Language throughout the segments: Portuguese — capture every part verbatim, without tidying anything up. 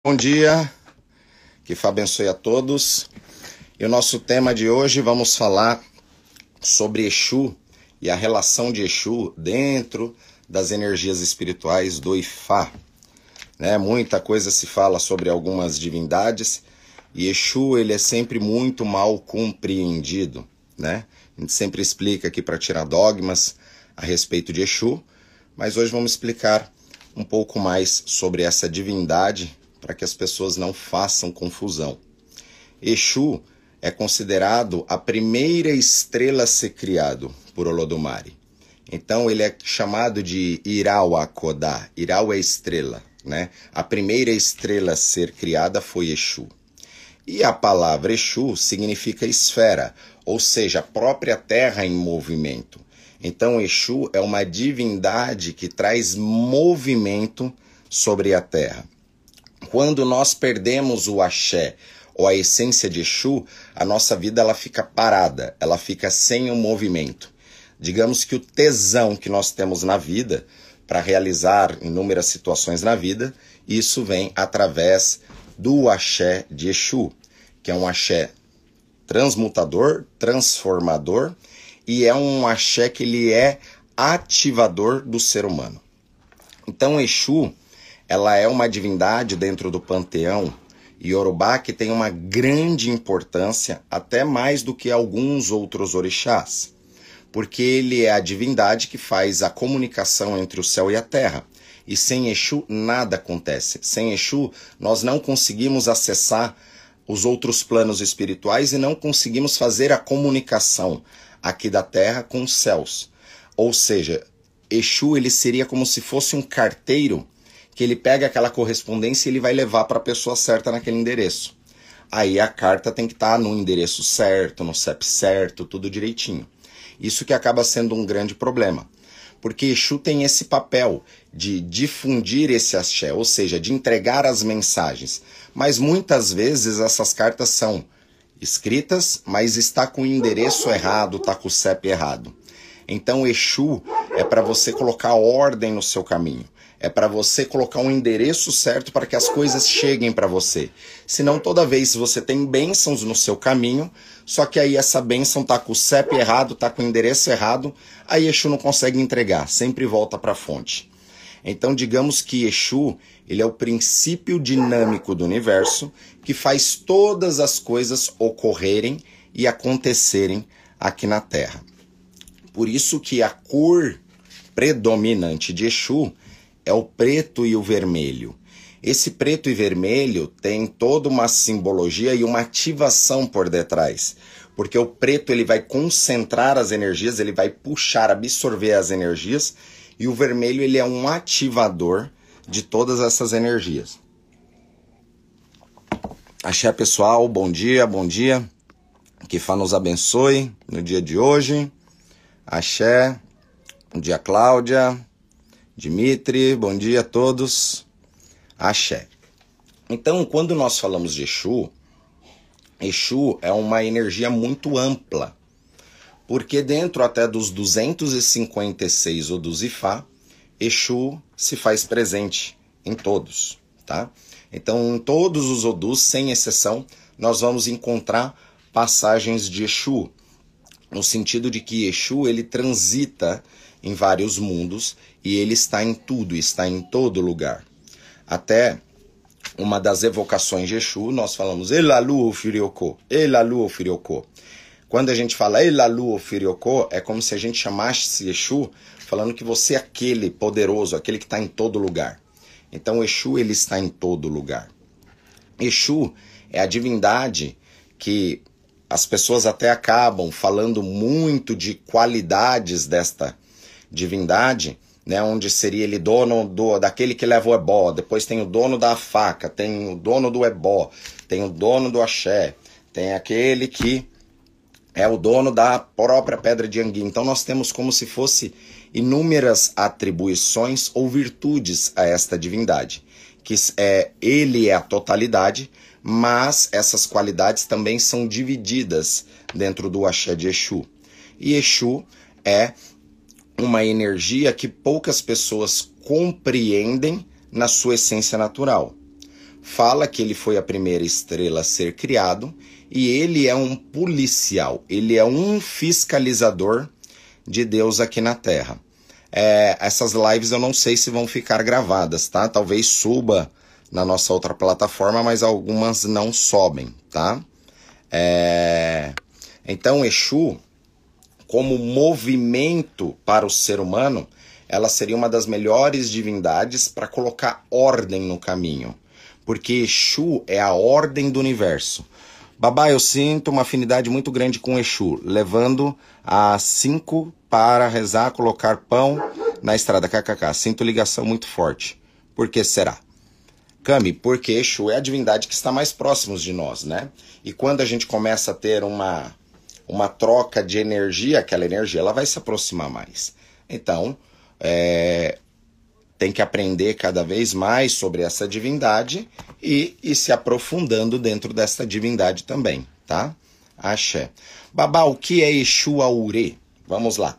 Bom dia, que Fá abençoe a todos. E o nosso tema de hoje vamos falar sobre Exu e a relação de Exu dentro das energias espirituais do Ifá. Né? Muita coisa se fala sobre algumas divindades e Exu ele é sempre muito mal compreendido. Né? A gente sempre explica aqui para tirar dogmas a respeito de Exu, mas hoje vamos explicar um pouco mais sobre essa divindade para que as pessoas não façam confusão. Exu é considerado a primeira estrela a ser criado por Olodumare. Então ele é chamado de Irauakodá. Irau é estrela, né? A primeira estrela a ser criada foi Exu. E a palavra Exu significa esfera, ou seja, a própria terra em movimento. Então Exu é uma divindade que traz movimento sobre a terra. Quando nós perdemos o axé, ou a essência de Exu, a nossa vida ela fica parada, ela fica sem o movimento. Digamos que o tesão que nós temos na vida, para realizar inúmeras situações na vida, isso vem através do axé de Exu, que é um axé transmutador, transformador, e é um axé que ele é ativador do ser humano. Então Exu, ela é uma divindade dentro do panteão Iorubá que tem uma grande importância, até mais do que alguns outros orixás, porque ele é a divindade que faz a comunicação entre o céu e a terra. E sem Exu nada acontece. Sem Exu nós não conseguimos acessar os outros planos espirituais e não conseguimos fazer a comunicação aqui da terra com os céus. Ou seja, Exu ele seria como se fosse um carteiro que ele pega aquela correspondência e ele vai levar para a pessoa certa naquele endereço. Aí a carta tem que estar no endereço certo, no C E P certo, tudo direitinho. Isso que acaba sendo um grande problema, porque Exu tem esse papel de difundir esse axé, ou seja, de entregar as mensagens. Mas muitas vezes essas cartas são escritas, mas está com o endereço errado, está com o C E P errado. Então Exu é para você colocar ordem no seu caminho. É para você colocar um endereço certo para que as coisas cheguem para você. Senão toda vez você tem bênçãos no seu caminho, só que aí essa bênção tá com o C E P errado, tá com o endereço errado, aí Exu não consegue entregar, sempre volta para a fonte. Então digamos que Exu, ele é o princípio dinâmico do universo que faz todas as coisas ocorrerem e acontecerem aqui na Terra. Por isso que a cor predominante de Exu é o preto e o vermelho. Esse preto e vermelho tem toda uma simbologia e uma ativação por detrás. Porque o preto ele vai concentrar as energias, ele vai puxar, absorver as energias. E o vermelho ele é um ativador de todas essas energias. Axé pessoal, bom dia, bom dia. Que Fá nos abençoe no dia de hoje. Axé, bom dia Cláudia. Dimitri, bom dia a todos. Axé. Então, quando nós falamos de Exu, Exu é uma energia muito ampla, porque dentro até dos duzentos e cinquenta e seis Odus Ifá, Exu se faz presente em todos, tá? Então, em todos os Odus, sem exceção, nós vamos encontrar passagens de Exu, no sentido de que Exu ele transita em vários mundos e ele está em tudo, está em todo lugar. Até uma das evocações de Exu, nós falamos Elalu Ofirioko, Elalu Ofirioko. Quando a gente fala Elalu Ofirioko, é como se a gente chamasse Exu falando que você é aquele poderoso, aquele que está em todo lugar. Então Exu ele está em todo lugar. Exu é a divindade que as pessoas até acabam falando muito de qualidades desta divindade, né, onde seria ele dono do, daquele que leva o ebó, depois tem o dono da faca, tem o dono do ebó, tem o dono do axé, tem aquele que é o dono da própria pedra de Anguim. Então nós temos como se fosse inúmeras atribuições ou virtudes a esta divindade, que é, ele é a totalidade, mas essas qualidades também são divididas dentro do axé de Exu. E Exu é uma energia que poucas pessoas compreendem na sua essência natural. fala que ele foi a primeira estrela a ser criado e ele é um policial, ele é um fiscalizador de Deus aqui na Terra. É, essas lives eu não sei se vão ficar gravadas, tá? Talvez suba na nossa outra plataforma, mas algumas não sobem, tá? É... Então, Exu, como movimento para o ser humano, ela seria uma das melhores divindades para colocar ordem no caminho. Porque Exu é a ordem do universo. Babá, eu sinto uma afinidade muito grande com Exu, levando a cinco para rezar, colocar pão na estrada, kkk. Sinto ligação muito forte. Por que será? Cami, porque Exu é a divindade que está mais próximo de nós, né? E quando a gente começa a ter uma, uma troca de energia, aquela energia ela vai se aproximar mais. Então, é, tem que aprender cada vez mais sobre essa divindade e ir se aprofundando dentro dessa divindade também, tá? Axé. Babá, o que é Exu Aurê? Vamos lá.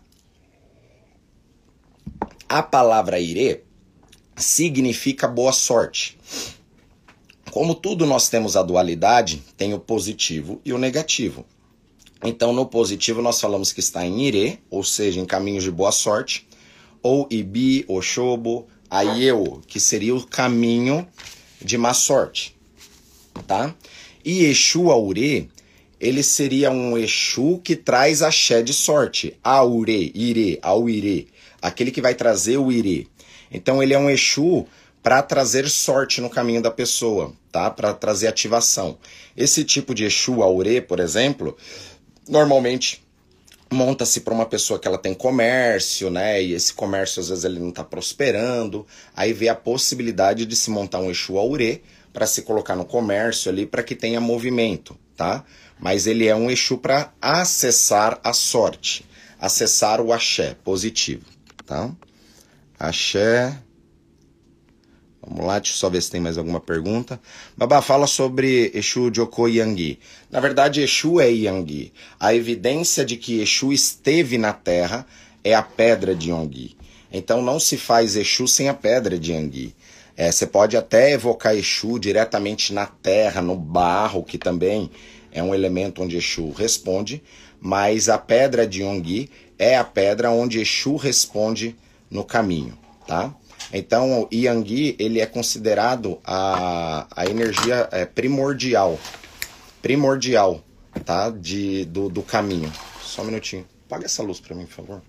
A palavra Irê significa boa sorte. Como tudo nós temos a dualidade, tem o positivo e o negativo. Então, no positivo, nós falamos que está em Irê, ou seja, em caminhos de boa sorte, ou Ibi, Oxobo, Aieo, que seria o caminho de má sorte, tá? E Exu Aurê, ele seria um Exu que traz axé de sorte, Aurê, Irê, Auirê, aquele que vai trazer o Irê. Então, ele é um Exu para trazer sorte no caminho da pessoa, tá? Para trazer ativação. Esse tipo de Exu Aurê, por exemplo, normalmente monta-se para uma pessoa que ela tem comércio, né? E esse comércio às vezes ele não está prosperando. Aí vê a possibilidade de se montar um Exu Aurê para se colocar no comércio ali para que tenha movimento, tá? Mas ele é um Exu para acessar a sorte, acessar o axé positivo, tá? Axé. Vamos lá, deixa eu só ver se tem mais alguma pergunta. Babá, fala sobre Exu Joko Yangui. Na verdade, Exu é Yangui. A evidência de que Exu esteve na Terra é a pedra de Yangui. Então não se faz Exu sem a pedra de Yangui. É, você pode até evocar Exu diretamente na terra, no barro, que também é um elemento onde Exu responde, mas a pedra de Yangui é a pedra onde Exu responde no caminho, tá? Então, o Yangui, ele é considerado a, a energia é, primordial, primordial, tá? De, do, do caminho. Só um minutinho. Apaga essa luz para mim, por favor.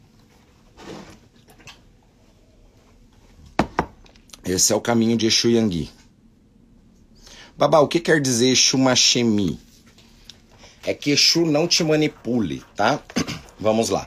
Esse é o caminho de Exu Yangui. Babá, o que quer dizer Exu Machemi? É que Exu não te manipule, tá? Vamos lá.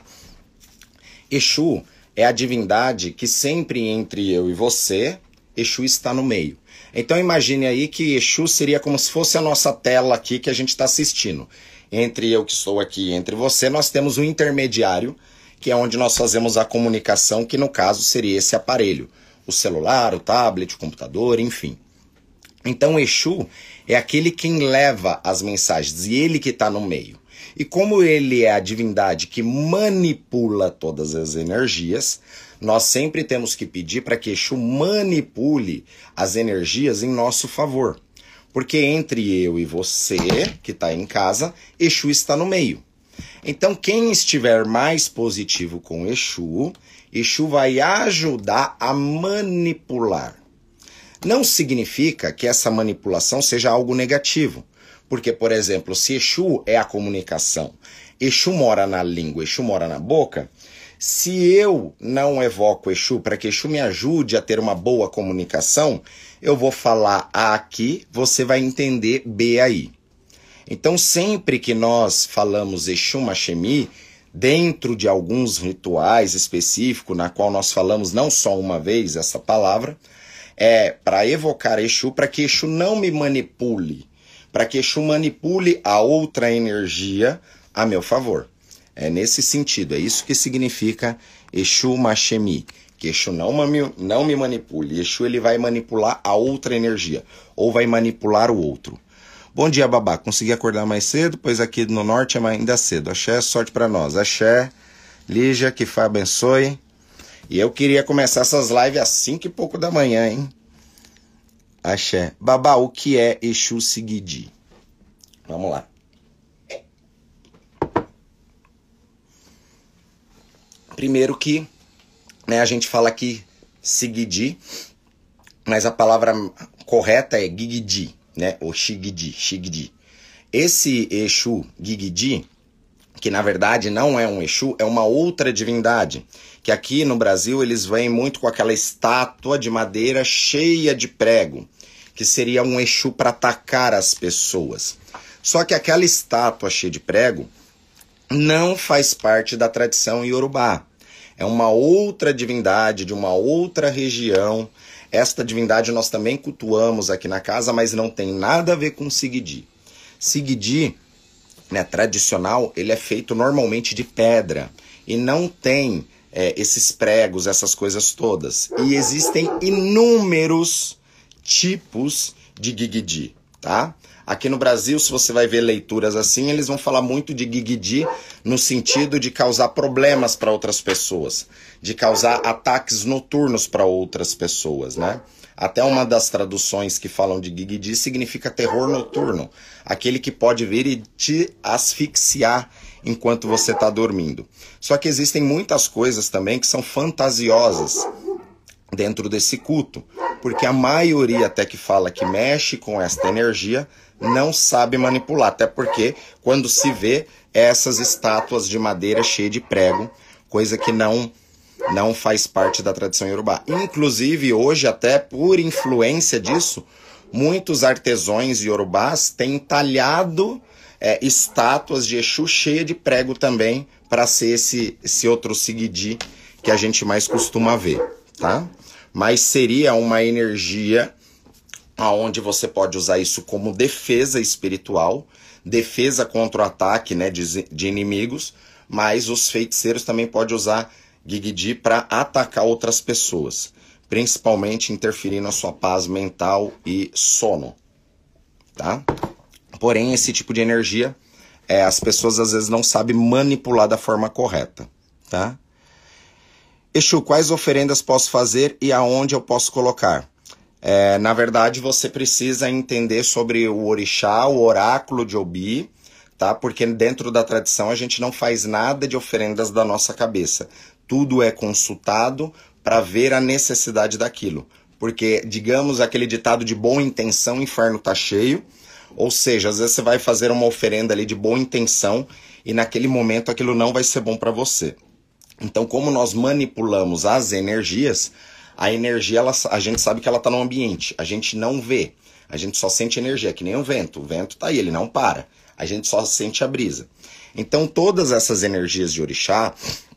Exu é a divindade que sempre entre eu e você, Exu está no meio. Então imagine aí que Exu seria como se fosse a nossa tela aqui que a gente está assistindo. Entre eu que estou aqui e entre você, nós temos um intermediário, que é onde nós fazemos a comunicação, que no caso seria esse aparelho. O celular, o tablet, o computador, enfim. Então Exu é aquele quem leva as mensagens e ele que está no meio. E como ele é a divindade que manipula todas as energias, nós sempre temos que pedir para que Exu manipule as energias em nosso favor. Porque entre eu e você, que está em casa, Exu está no meio. Então quem estiver mais positivo com Exu, Exu vai ajudar a manipular. Não significa que essa manipulação seja algo negativo. Porque, por exemplo, se Exu é a comunicação, Exu mora na língua, Exu mora na boca, se eu não evoco Exu para que Exu me ajude a ter uma boa comunicação, eu vou falar A aqui, você vai entender B aí. Então, sempre que nós falamos Exu Machemi, dentro de alguns rituais específicos, na qual nós falamos não só uma vez essa palavra, é para evocar Exu, para que Exu não me manipule, para que Exu manipule a outra energia a meu favor. É nesse sentido, é isso que significa Exu Machemi, que Exu não, não me manipule, Exu ele vai manipular a outra energia, ou vai manipular o outro. Bom dia, babá, consegui acordar mais cedo, pois aqui no norte é ainda cedo. Axé, sorte para nós. Axé, Lígia, que Fá abençoe. E eu queria começar essas lives às cinco e pouco da manhã, hein? Axé. Babá, o que é Exu Sigidi? Vamos lá. Primeiro que, né, a gente fala aqui Sigidi, mas a palavra correta é Gigidi, né? Ou Shigidi, Shigidi. Esse Exu Gigidi, que na verdade não é um Exu, é uma outra divindade, que aqui no Brasil eles vêm muito com aquela estátua de madeira cheia de prego, que seria um Exu para atacar as pessoas. Só que aquela estátua cheia de prego não faz parte da tradição iorubá. É uma outra divindade de uma outra região. Esta divindade nós também cultuamos aqui na casa, mas não tem nada a ver com Sigidi. Sigidi, né, tradicional, ele é feito normalmente de pedra e não tem é, esses pregos, essas coisas todas. E existem inúmeros tipos de Gigidi, tá? Aqui no Brasil, se você vai ver leituras assim, eles vão falar muito de Gigidi no sentido de causar problemas para outras pessoas, de causar ataques noturnos para outras pessoas, né? Até uma das traduções que falam de Gigidi significa terror noturno, aquele que pode vir e te asfixiar enquanto você está dormindo. Só que existem muitas coisas também que são fantasiosas dentro desse culto, porque a maioria até que fala que mexe com esta energia não sabe manipular, até porque quando se vê essas estátuas de madeira cheias de prego, coisa que não, não faz parte da tradição iorubá. Inclusive hoje, até por influência disso, muitos artesãos iorubás têm talhado é, estátuas de Exu cheias de prego também, para ser esse, esse outro Sigidi que a gente mais costuma ver, tá? Mas seria uma energia onde você pode usar isso como defesa espiritual, defesa contra o ataque, né, de, de inimigos, mas os feiticeiros também podem usar Gigidi para atacar outras pessoas, principalmente interferir na sua paz mental e sono, tá? Porém, esse tipo de energia, é, as pessoas às vezes não sabem manipular da forma correta, tá? Exu, quais oferendas posso fazer e aonde eu posso colocar? É, na verdade, você precisa entender sobre o orixá, o oráculo de Obi, tá? Porque dentro da tradição a gente não faz nada de oferendas da nossa cabeça. Tudo é consultado para ver a necessidade daquilo. Porque, digamos, aquele ditado de boa intenção, inferno tá cheio. Ou seja, às vezes você vai fazer uma oferenda ali de boa intenção e naquele momento aquilo não vai ser bom para você. Então, como nós manipulamos as energias, a energia, ela, a gente sabe que ela está no ambiente, a gente não vê, a gente só sente energia, que nem o vento, o vento está aí, ele não para, a gente só sente a brisa. Então todas essas energias de orixá,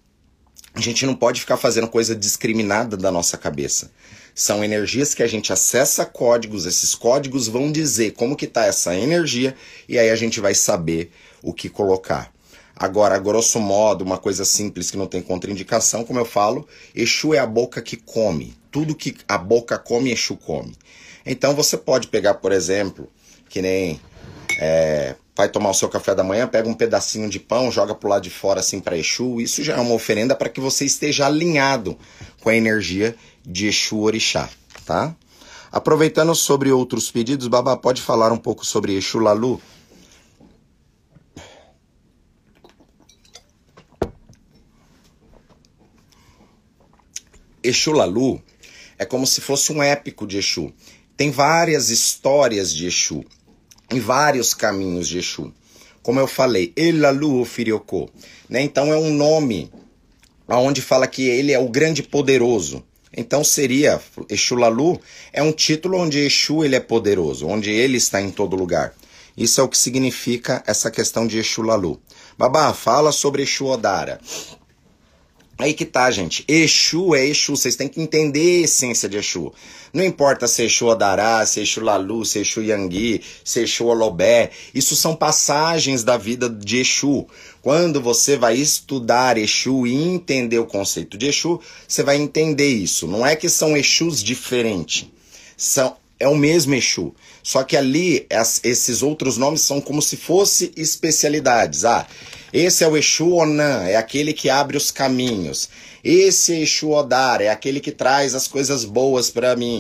a gente não pode ficar fazendo coisa discriminada da nossa cabeça. São energias que a gente acessa códigos, esses códigos vão dizer como que está essa energia, e aí a gente vai saber o que colocar. Agora, grosso modo, uma coisa simples que não tem contraindicação, como eu falo, Exu é a boca que come. Tudo que a boca come, Exu come. Então você pode pegar, por exemplo, que nem é, vai tomar o seu café da manhã, pega um pedacinho de pão, joga pro lado de fora assim para Exu. Isso já é uma oferenda para que você esteja alinhado com a energia de Exu Orixá, tá? Aproveitando sobre outros pedidos, Babá, pode falar um pouco sobre Exu Lalu? Exu Lalu é como se fosse um épico de Exu. Tem várias histórias de Exu, em vários caminhos de Exu. Como eu falei, El Lalu Firioko, né? Então é um nome onde fala que ele é o grande poderoso. Então seria, Exu Lalu é um título onde Exu ele é poderoso, onde ele está em todo lugar. Isso é o que significa essa questão de Exu Lalu. Babá, fala sobre Exu Odara. Aí que tá, gente. Exu é Exu. Vocês têm que entender a essência de Exu. Não importa se é Exu Odará, se é Exu Lalu, se é Exu Yangui, se é Exu Olobé. Isso são passagens da vida de Exu. Quando você vai estudar Exu e entender o conceito de Exu, você vai entender isso. Não é que são Exus diferentes. São, é o mesmo Exu. Só que ali, as, esses outros nomes são como se fossem especialidades. Ah, esse é o Exu Onan, é aquele que abre os caminhos. Esse é Exu Odara, é aquele que traz as coisas boas para mim.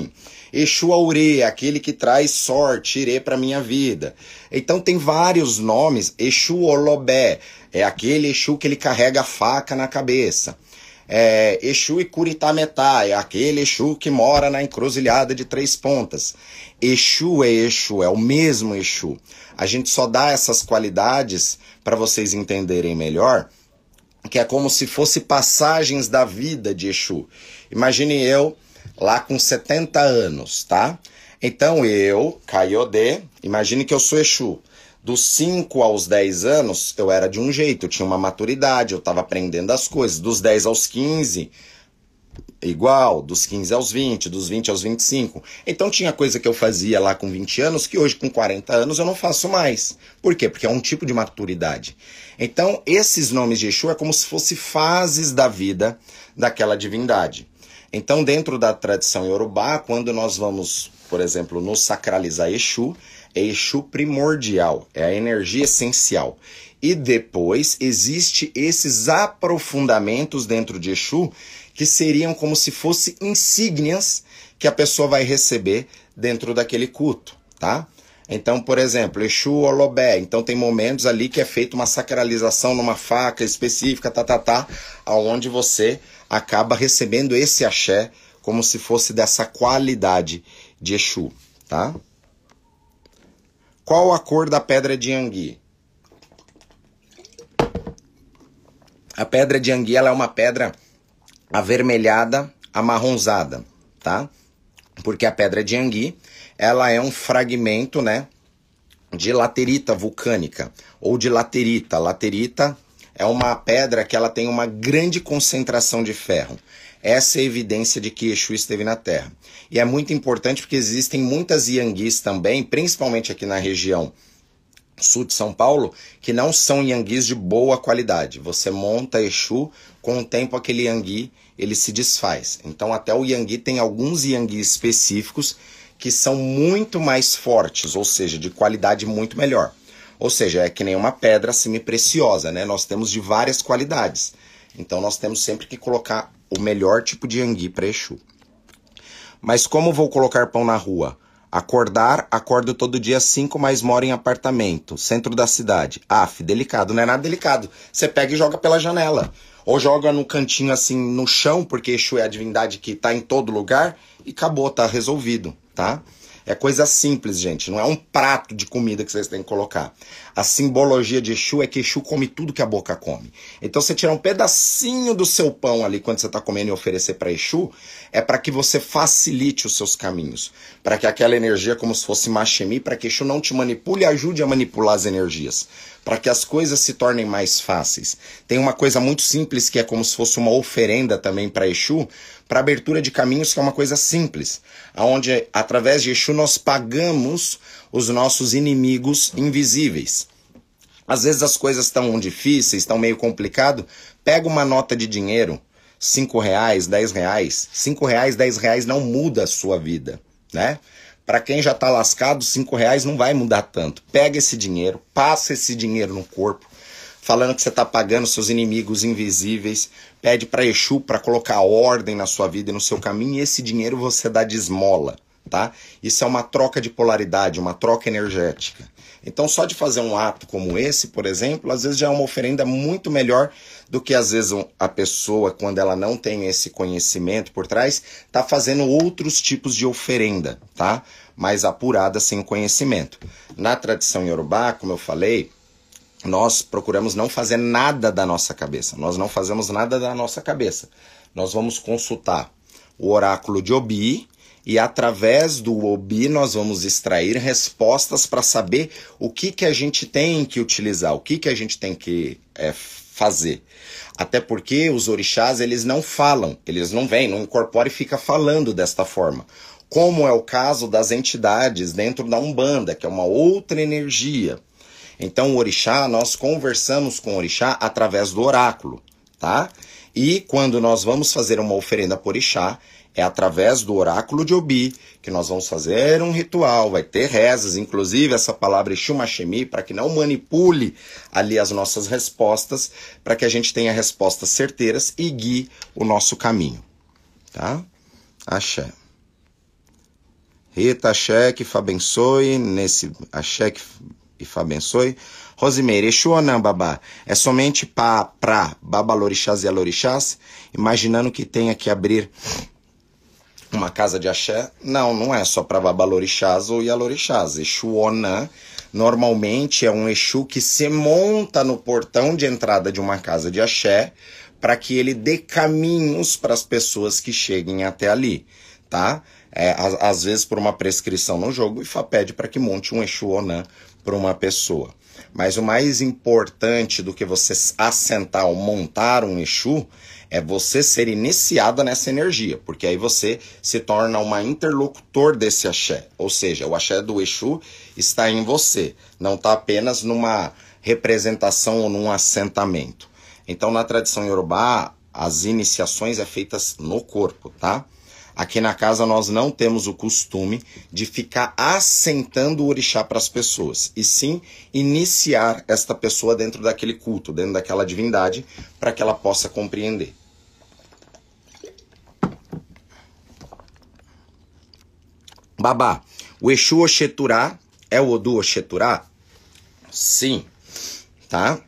Exu Aurê, aquele que traz sorte, irê para minha vida. Então tem vários nomes. Exu Olobé, é aquele Exu que ele carrega a faca na cabeça. É, Exu Icuritametá, é aquele Exu que mora na encruzilhada de três pontas. Exu é Exu, é o mesmo Exu. A gente só dá essas qualidades para vocês entenderem melhor, que é como se fosse passagens da vida de Exu. Imagine eu lá com setenta anos, tá? Então eu, Kaiode, imagine que eu sou Exu. Dos cinco aos dez anos, eu era de um jeito, eu tinha uma maturidade, eu estava aprendendo as coisas. Dos dez aos quinze, igual. Dos quinze aos vinte, dos vinte aos vinte e cinco. Então tinha coisa que eu fazia lá com vinte anos, que hoje com quarenta anos eu não faço mais. Por quê? Porque é um tipo de maturidade. Então esses nomes de Exu é como se fossem fases da vida daquela divindade. Então dentro da tradição Yorubá, quando nós vamos, por exemplo, nos sacralizar Exu, é Exu primordial, é a energia essencial. E depois existe esses aprofundamentos dentro de Exu que seriam como se fossem insígnias que a pessoa vai receber dentro daquele culto, tá? Então, por exemplo, Exu Olobé, então tem momentos ali que é feita uma sacralização numa faca específica, tá, tá, tá, onde você acaba recebendo esse axé como se fosse dessa qualidade de Exu, tá? Qual a cor da pedra de Yangui? A pedra de Yangui, ela é uma pedra avermelhada, amarronzada, tá? Porque a pedra de Yangui, ela é um fragmento, né, de laterita vulcânica, ou de laterita. Laterita é uma pedra que ela tem uma grande concentração de ferro. Essa é a evidência de que Exu esteve na Terra. E é muito importante porque existem muitas Yanguis também, principalmente aqui na região sul de São Paulo, que não são Yanguis de boa qualidade. Você monta Exu, com o tempo aquele Yangui, ele se desfaz. Então até o Yangui tem alguns Yanguis específicos que são muito mais fortes, ou seja, de qualidade muito melhor. Ou seja, é que nem uma pedra semi-preciosa, né? Nós temos de várias qualidades. Então nós temos sempre que colocar o melhor tipo de Yangui para Exu. Mas como vou colocar pão na rua? Acordar, acordo todo dia às cinco, mas moro em apartamento, centro da cidade. Aff, delicado, não é nada delicado. Você pega e joga pela janela. Ou joga no cantinho assim, no chão, porque Exu é a divindade que está em todo lugar, e acabou, tá resolvido, tá? É coisa simples, gente. Não é um prato de comida que vocês têm que colocar. A simbologia de Exu é que Exu come tudo que a boca come. Então, você tirar um pedacinho do seu pão ali quando você está comendo e oferecer para Exu, é para que você facilite os seus caminhos. Para que aquela energia, como se fosse Machemi, para que Exu não te manipule e ajude a manipular as energias. Para que as coisas se tornem mais fáceis. Tem uma coisa muito simples que é como se fosse uma oferenda também para Exu, para abertura de caminhos, que é uma coisa simples, onde através de Exu nós pagamos os nossos inimigos invisíveis. Às vezes as coisas estão difíceis, estão meio complicado, pega uma nota de dinheiro, cinco reais, dez reais, cinco reais, dez reais não muda a sua vida, né? Para quem já está lascado, cinco reais não vai mudar tanto. Pega esse dinheiro, passa esse dinheiro no corpo, falando que você está pagando seus inimigos invisíveis, pede para Exu para colocar ordem na sua vida e no seu caminho, e esse dinheiro você dá de esmola, tá? Isso é uma troca de polaridade, uma troca energética. Então só de fazer um ato como esse, por exemplo, às vezes já é uma oferenda muito melhor do que às vezes a pessoa, quando ela não tem esse conhecimento por trás, está fazendo outros tipos de oferenda, tá? Mais apurada, sem o conhecimento. Na tradição Yorubá, como eu falei, nós procuramos não fazer nada da nossa cabeça. Nós não fazemos nada da nossa cabeça. Nós vamos consultar o oráculo de Obi e através do Obi nós vamos extrair respostas para saber o que, que a gente tem que utilizar, o que, que a gente tem que é, fazer. Até porque os orixás, eles não falam, eles não vêm, não incorporam e ficam falando desta forma. Como é o caso das entidades dentro da Umbanda, que é uma outra energia. Então o orixá, nós conversamos com o orixá através do oráculo, tá? E quando nós vamos fazer uma oferenda por orixá, é através do oráculo de Obi que nós vamos fazer um ritual, vai ter rezas, inclusive essa palavra Exu Machemi, para que não manipule ali as nossas respostas, para que a gente tenha respostas certeiras e guie o nosso caminho, tá? Axé. Rita, axé, que Fá abençoe. Nesse axé que e Fá abençoe. Rosimeire, Exu ou não, babá? É somente pa, pra babalorixás e alorixás? Imaginando que tenha que abrir uma casa de axé? Não, não é só para babalorixás ou ialorixás. Exu Onã normalmente é um Exu que se monta no portão de entrada de uma casa de axé para que ele dê caminhos para as pessoas que cheguem até ali, tá? É, às, às vezes por uma prescrição no jogo, o Ifá pede para que monte um Exu Onã para uma pessoa. Mas o mais importante do que você assentar ou montar um Exu é você ser iniciada nessa energia, porque aí você se torna uma interlocutor desse axé. Ou seja, o axé do Exu está em você, não está apenas numa representação ou num assentamento. Então, na tradição iorubá, as iniciações é feitas no corpo, tá? Aqui na casa nós não temos o costume de ficar assentando o orixá para as pessoas, e sim iniciar esta pessoa dentro daquele culto, dentro daquela divindade, para que ela possa compreender. Babá, o Exu Oxeturá é o Odu Oxeturá? Sim, tá?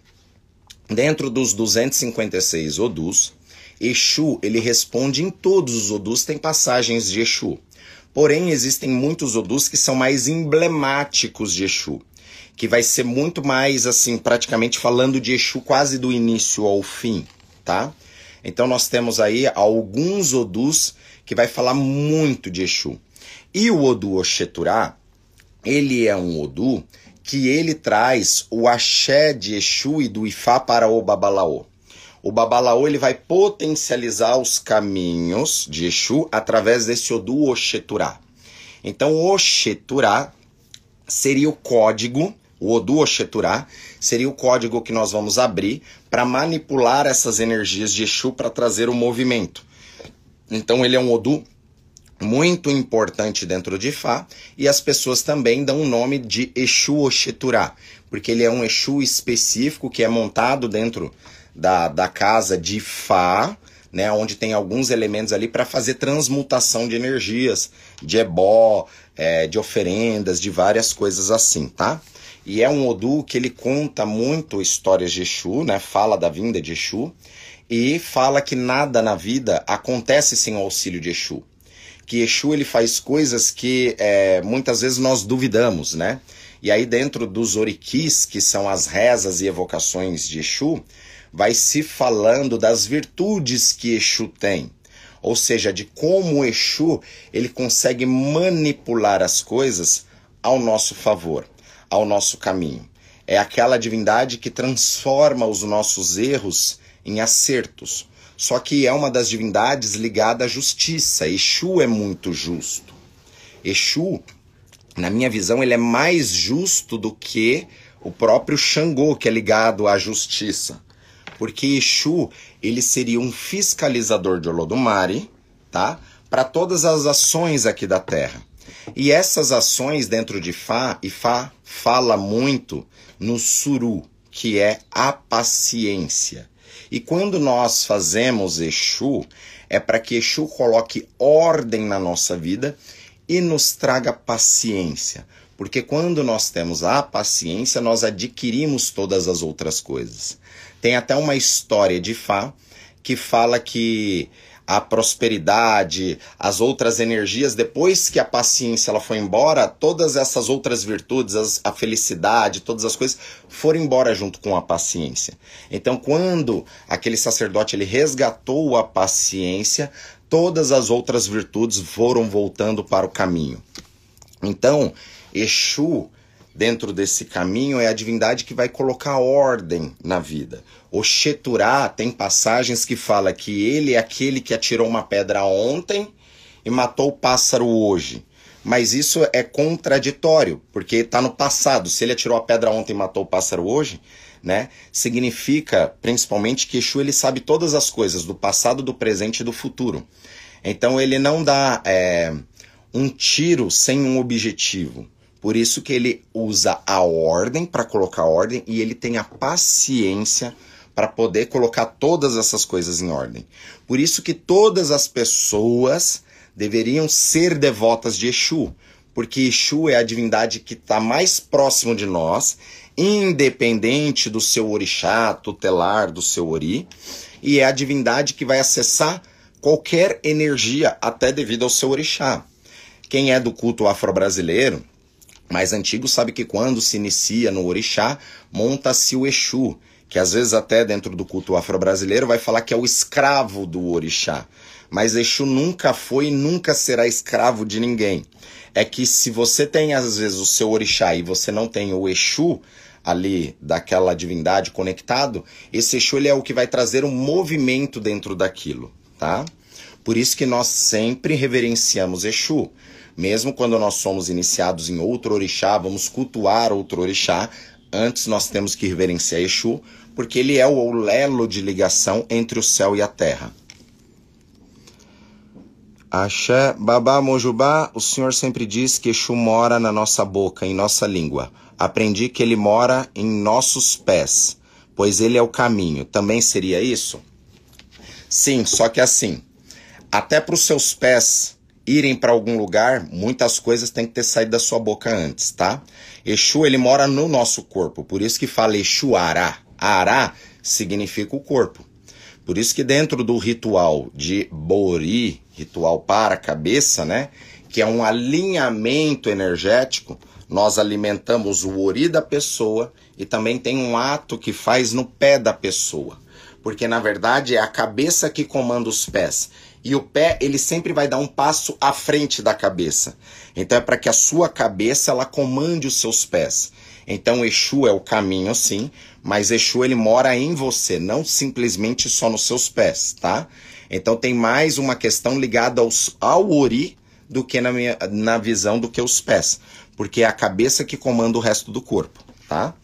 Dentro dos duzentos e cinquenta e seis Odus, Exu, ele responde em todos os Odus, tem passagens de Exu. Porém, existem muitos Odus que são mais emblemáticos de Exu, que vai ser muito mais, assim, praticamente falando de Exu quase do início ao fim, tá? Então, nós temos aí alguns Odus que vai falar muito de Exu. E o Odu Oxeturá, ele é um Odu que ele traz o axé de Exu e do Ifá para o Babalaô. O Babalaô ele vai potencializar os caminhos de Exu através desse Odu Oxeturá. Então, o Oxeturá seria o código, o Odu Oxeturá seria o código que nós vamos abrir para manipular essas energias de Exu para trazer o movimento. Então, ele é um Odu muito importante dentro de Ifá, e as pessoas também dão o nome de Exu Oxeturá, porque ele é um Exu específico que é montado dentro da, da casa de Ifá, né, onde tem alguns elementos ali para fazer transmutação de energias, de ebó, é, de oferendas, de várias coisas assim, tá? E é um Odu que ele conta muito histórias de Exu, né, fala da vinda de Exu, e fala que nada na vida acontece sem o auxílio de Exu. Que Exu ele faz coisas que é, muitas vezes nós duvidamos, né? E aí dentro dos oriquis, que são as rezas e evocações de Exu, vai se falando das virtudes que Exu tem. Ou seja, de como o Exu ele consegue manipular as coisas ao nosso favor, ao nosso caminho. É aquela divindade que transforma os nossos erros em acertos. Só que é uma das divindades ligada à justiça. Exu é muito justo. Exu, na minha visão, ele é mais justo do que o próprio Xangô, que é ligado à justiça. Porque Exu, ele seria um fiscalizador de Olodumare, tá? Para todas as ações aqui da Terra. E essas ações dentro de Ifá, Ifá fala muito no Suru, que é a paciência. E quando nós fazemos Exu, é para que Exu coloque ordem na nossa vida e nos traga paciência. Porque quando nós temos a paciência, nós adquirimos todas as outras coisas. Tem até uma história de Ifá que fala que a prosperidade, as outras energias, depois que a paciência ela foi embora, todas essas outras virtudes, as, a felicidade, todas as coisas foram embora junto com a paciência. Então, quando aquele sacerdote ele resgatou a paciência, todas as outras virtudes foram voltando para o caminho. Então, Exu, dentro desse caminho, é a divindade que vai colocar ordem na vida. Oxeturá tem passagens que fala que ele é aquele que atirou uma pedra ontem e matou o pássaro hoje. Mas isso é contraditório, porque está no passado. Se ele atirou a pedra ontem e matou o pássaro hoje, né, significa principalmente que Exu ele sabe todas as coisas, do passado, do presente e do futuro. Então ele não dá é, um tiro sem um objetivo. Por isso que ele usa a ordem para colocar ordem e ele tem a paciência para poder colocar todas essas coisas em ordem. Por isso que todas as pessoas deveriam ser devotas de Exu, porque Exu é a divindade que está mais próximo de nós, independente do seu orixá tutelar, do seu ori, e é a divindade que vai acessar qualquer energia, até devido ao seu orixá. Quem é do culto afro-brasileiro, mais antigo, sabe que quando se inicia no orixá, monta-se o Exu, que às vezes até dentro do culto afro-brasileiro vai falar que é o escravo do orixá. Mas Exu nunca foi e nunca será escravo de ninguém. É que se você tem às vezes o seu orixá e você não tem o Exu ali daquela divindade conectado, esse Exu ele é o que vai trazer um movimento dentro daquilo, tá? Por isso que nós sempre reverenciamos Exu. Mesmo quando nós somos iniciados em outro orixá, vamos cultuar outro orixá, antes nós temos que reverenciar Exu, porque ele é o elo de ligação entre o céu e a terra. Axé, Babá Mojubá, o senhor sempre diz que Exu mora na nossa boca, em nossa língua. Aprendi que ele mora em nossos pés, pois ele é o caminho. Também seria isso? Sim, só que assim, até para os seus pés irem para algum lugar, muitas coisas têm que ter saído da sua boca antes, tá? Exu, ele mora no nosso corpo, por isso que fala Exu Ará. Ará significa o corpo. Por isso que dentro do ritual de Bori, ritual para a cabeça, né, que é um alinhamento energético, nós alimentamos o ori da pessoa e também tem um ato que faz no pé da pessoa. Porque na verdade é a cabeça que comanda os pés. E o pé, ele sempre vai dar um passo à frente da cabeça. Então é para que a sua cabeça, ela comande os seus pés. Então Exu é o caminho, sim, mas Exu, ele mora em você, não simplesmente só nos seus pés, tá? Então tem mais uma questão ligada aos, ao ori do que na, minha, na visão do que os pés. Porque é a cabeça que comanda o resto do corpo, tá?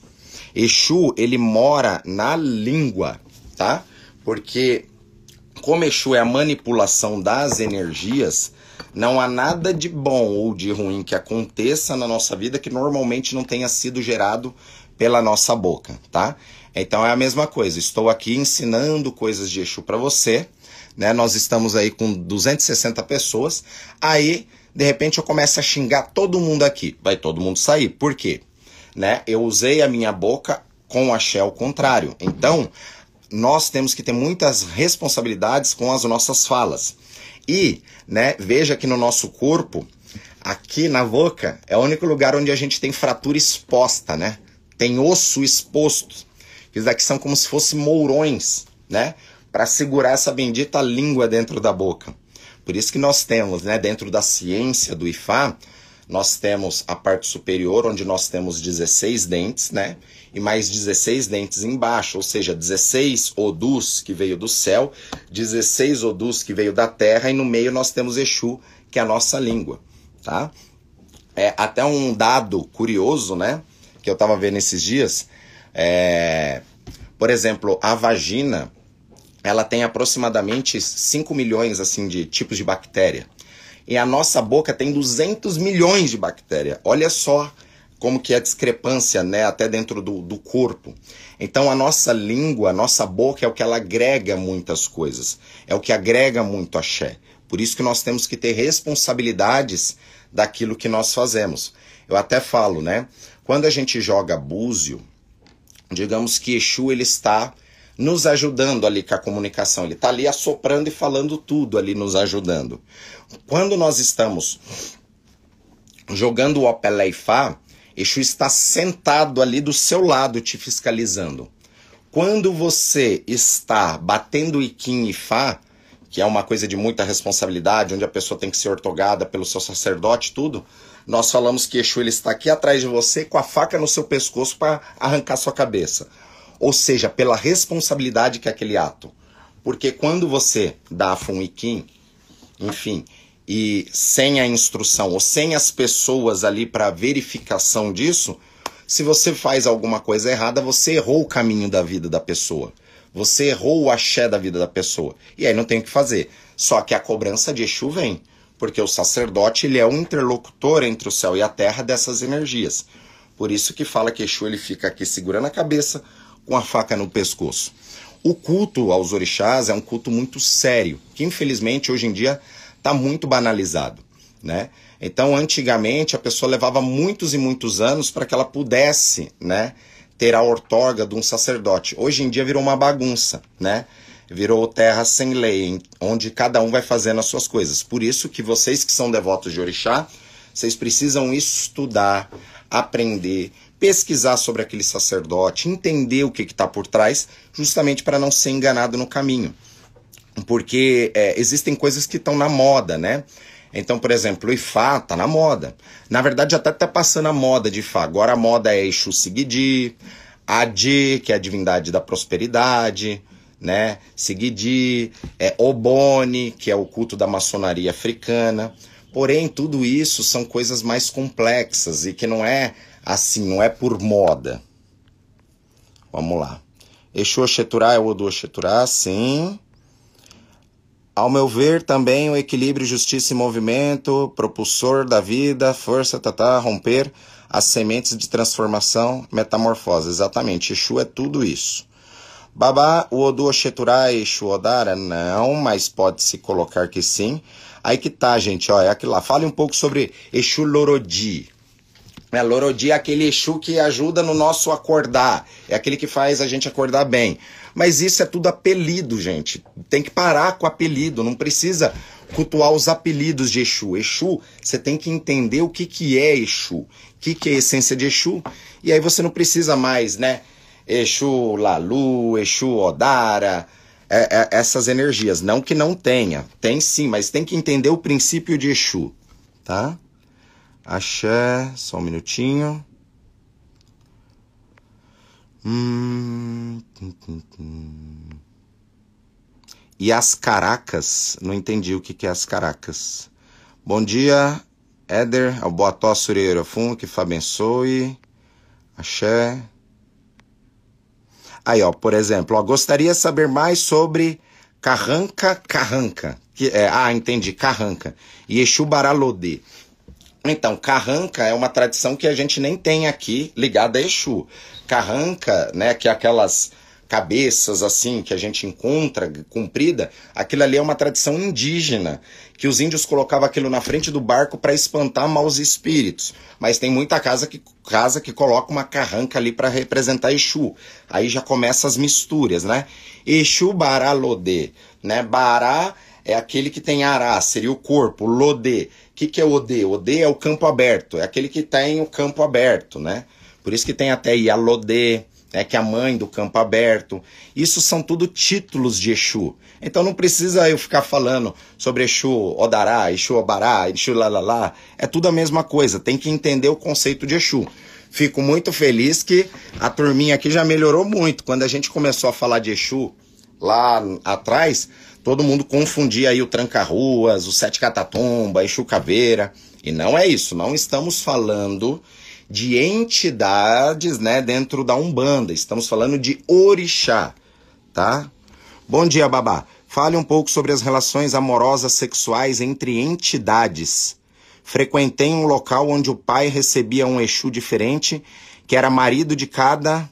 Exu, ele mora na língua, tá? Porque como Exu é a manipulação das energias, não há nada de bom ou de ruim que aconteça na nossa vida que normalmente não tenha sido gerado pela nossa boca, tá? Então é a mesma coisa, estou aqui ensinando coisas de Exu para você, né? Nós estamos aí com duzentas e sessenta pessoas, aí de repente eu começo a xingar todo mundo aqui, vai todo mundo sair, por quê? Né? Eu usei a minha boca com axé ao contrário, então nós temos que ter muitas responsabilidades com as nossas falas. E, né, veja que no nosso corpo, aqui na boca, é o único lugar onde a gente tem fratura exposta, né? Tem osso exposto. Isso daqui são como se fossem mourões, né? Para segurar essa bendita língua dentro da boca. Por isso que nós temos, né, dentro da ciência do Ifá, nós temos a parte superior, onde nós temos dezesseis dentes, né? E mais dezesseis dentes embaixo, ou seja, dezesseis Odus que veio do céu, dezesseis Odus que veio da terra, e no meio nós temos Exu, que é a nossa língua, tá? É até um dado curioso, né? Que eu estava vendo esses dias. É... Por exemplo, a vagina, ela tem aproximadamente cinco milhões assim, de tipos de bactéria. E a nossa boca tem duzentos milhões de bactérias. Olha só como que é a discrepância, né, até dentro do, do corpo. Então a nossa língua, a nossa boca é o que ela agrega muitas coisas. É o que agrega muito axé. Por isso que nós temos que ter responsabilidades daquilo que nós fazemos. Eu até falo, né, quando a gente joga búzio, digamos que Exu, ele está nos ajudando ali com a comunicação. Ele está ali assoprando e falando tudo ali, nos ajudando. Quando nós estamos jogando o Opelé Ifá, Exu está sentado ali do seu lado te fiscalizando. Quando você está batendo Iquim e Ifá, que é uma coisa de muita responsabilidade, onde a pessoa tem que ser ortogada pelo seu sacerdote, tudo, nós falamos que Exu, ele está aqui atrás de você com a faca no seu pescoço para arrancar sua cabeça. Ou seja, pela responsabilidade que é aquele ato. Porque quando você dá um Iquim, enfim, e sem a instrução, ou sem as pessoas ali para verificação disso, se você faz alguma coisa errada, você errou o caminho da vida da pessoa. Você errou o axé da vida da pessoa. E aí não tem o que fazer. Só que a cobrança de Exu vem. Porque o sacerdote, ele é um interlocutor entre o céu e a terra dessas energias. Por isso que fala que Exu, ele fica aqui segurando a cabeça, com a faca no pescoço. O culto aos orixás é um culto muito sério, que infelizmente hoje em dia está muito banalizado. né? Então, antigamente, a pessoa levava muitos e muitos anos para que ela pudesse, né, ter a outorga de um sacerdote. Hoje em dia virou uma bagunça, né? Virou terra sem lei, onde cada um vai fazendo as suas coisas. Por isso que vocês que são devotos de orixá, vocês precisam estudar, aprender, pesquisar sobre aquele sacerdote, entender o que está por trás, justamente para não ser enganado no caminho. Porque é, existem coisas que estão na moda, né? Então, por exemplo, o Ifá tá na moda. Na verdade, até tá passando a moda de Ifá. Agora a moda é Exu Sigidi, Adi, que é a divindade da prosperidade, né? Sigidi, é Obone, que é o culto da maçonaria africana. Porém, tudo isso são coisas mais complexas e que não é assim, não é por moda. Vamos lá. Exu Oxeturá é o Odu Oxeturá, sim. Ao meu ver, também o equilíbrio, justiça e movimento, propulsor da vida, força, tatá, romper as sementes de transformação, metamorfose. Exatamente, Exu é tudo isso. Babá, o Odu Oxeturá e Exu Odara? Não, mas pode-se colocar que sim. Aí que tá, gente, ó, é aquilo lá. Fale um pouco sobre Exu Lorodi. É, Lorodi é aquele Exu que ajuda no nosso acordar, é aquele que faz a gente acordar bem. Mas isso é tudo apelido, gente. Tem que parar com apelido, não precisa cultuar os apelidos de Exu. Exu, você tem que entender o que, que é Exu, o que, que é a essência de Exu, e aí você não precisa mais, né? Exu Lalu, Exu Odara, é, é, essas energias. Não que não tenha, tem sim, mas tem que entender o princípio de Exu, tá? Axé, só um minutinho. Hum, hum, hum, hum. E as caracas? Não entendi o que, que é as caracas. Bom dia, Éder, ao Boató Surierofum, que Fá abençoe. Axé. Aí, ó, por exemplo, ó, gostaria de saber mais sobre Carranca, Carranca. Que é, ah, entendi, Carranca. E Exu Baralodê. Então, Carranca é uma tradição que a gente nem tem aqui ligada a Exu. Carranca, né, que é aquelas cabeças assim que a gente encontra, comprida, aquilo ali é uma tradição indígena, que os índios colocavam aquilo na frente do barco para espantar maus espíritos. Mas tem muita casa que, casa que coloca uma carranca ali para representar Exu. Aí já começa as misturas, né? Exu Baralodê, né? Bará é aquele que tem ará, seria o corpo. Lodê. O que, que é Odê? Odê é o campo aberto, é aquele que tem o campo aberto, né? Por isso que tem até Ialodê, né, que é a mãe do campo aberto. Isso são tudo títulos de Exu. Então não precisa eu ficar falando sobre Exu Odará, Exu Obará, Exu Lalalá. É tudo a mesma coisa, tem que entender o conceito de Exu. Fico muito feliz que a turminha aqui já melhorou muito. Quando a gente começou a falar de Exu lá atrás, todo mundo confundia aí o Tranca-Ruas, o Sete Catatumba, Exu Caveira. E não é isso, não estamos falando de entidades, né, dentro da Umbanda. Estamos falando de orixá, tá? Bom dia, Babá. Fale um pouco sobre as relações amorosas sexuais entre entidades. Frequentei um local onde o pai recebia um Exu diferente, que era marido de cada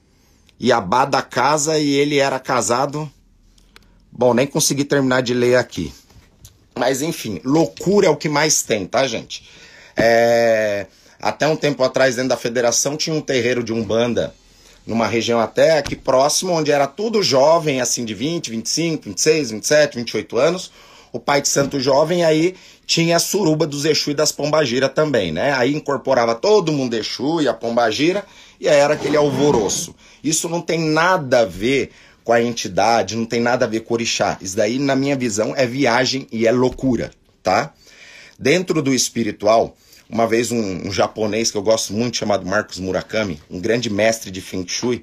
iabá da casa e ele era casado. Bom, nem consegui terminar de ler aqui. Mas, enfim, loucura é o que mais tem, tá, gente? É... Até um tempo atrás, dentro da federação, tinha um terreiro de Umbanda, numa região até aqui próximo, onde era tudo jovem, assim, de vinte, vinte e cinco, vinte e seis, vinte e sete, vinte e oito anos. O pai de santo jovem, aí tinha a suruba dos Exu e das Pombagira também, né? Aí incorporava todo mundo Exu e a Pombagira, e aí era aquele alvoroço. Isso não tem nada a ver com a entidade, não tem nada a ver com o orixá. Isso daí, na minha visão, é viagem e é loucura, tá? Dentro do espiritual, uma vez um, um japonês que eu gosto muito, chamado Marcos Murakami, um grande mestre de Feng Shui,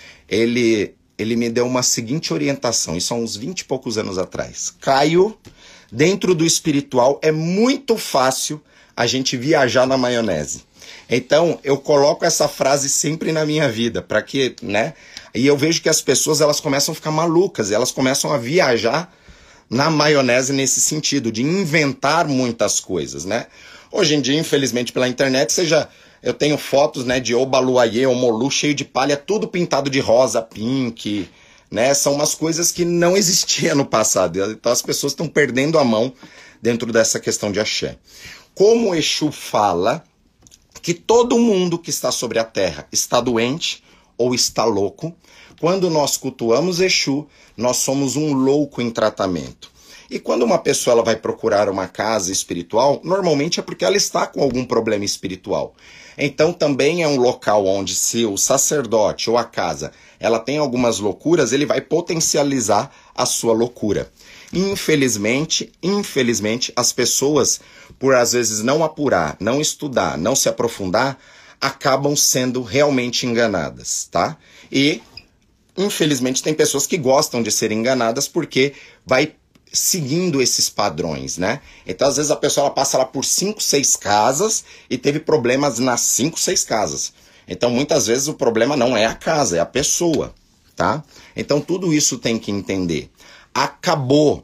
ele, ele me deu uma seguinte orientação, isso há uns vinte e poucos anos atrás. Caio, dentro do espiritual é muito fácil a gente viajar na maionese. Então, eu coloco essa frase sempre na minha vida, para que, né? E eu vejo que as pessoas, elas começam a ficar malucas, elas começam a viajar na maionese nesse sentido, de inventar muitas coisas, né? Hoje em dia, infelizmente, pela internet, seja, eu tenho fotos, né, de Obaluayê, Omolu, cheio de palha, tudo pintado de rosa, pink, né? São umas coisas que não existiam no passado. Então as pessoas estão perdendo a mão dentro dessa questão de axé. Como o Exu fala que todo mundo que está sobre a terra está doente ou está louco, quando nós cultuamos Exu, nós somos um louco em tratamento. E quando uma pessoa ela vai procurar uma casa espiritual, normalmente é porque ela está com algum problema espiritual. Então também é um local onde, se o sacerdote ou a casa ela tem algumas loucuras, ele vai potencializar a sua loucura. Infelizmente, infelizmente, as pessoas, por às vezes não apurar, não estudar, não se aprofundar, acabam sendo realmente enganadas, tá? E, infelizmente, tem pessoas que gostam de ser enganadas porque vai seguindo esses padrões, né? Então, às vezes, a pessoa ela passa lá por cinco, seis casas e teve problemas nas cinco, seis casas. Então, muitas vezes, o problema não é a casa, é a pessoa, tá? Então, tudo isso tem que entender. Acabou,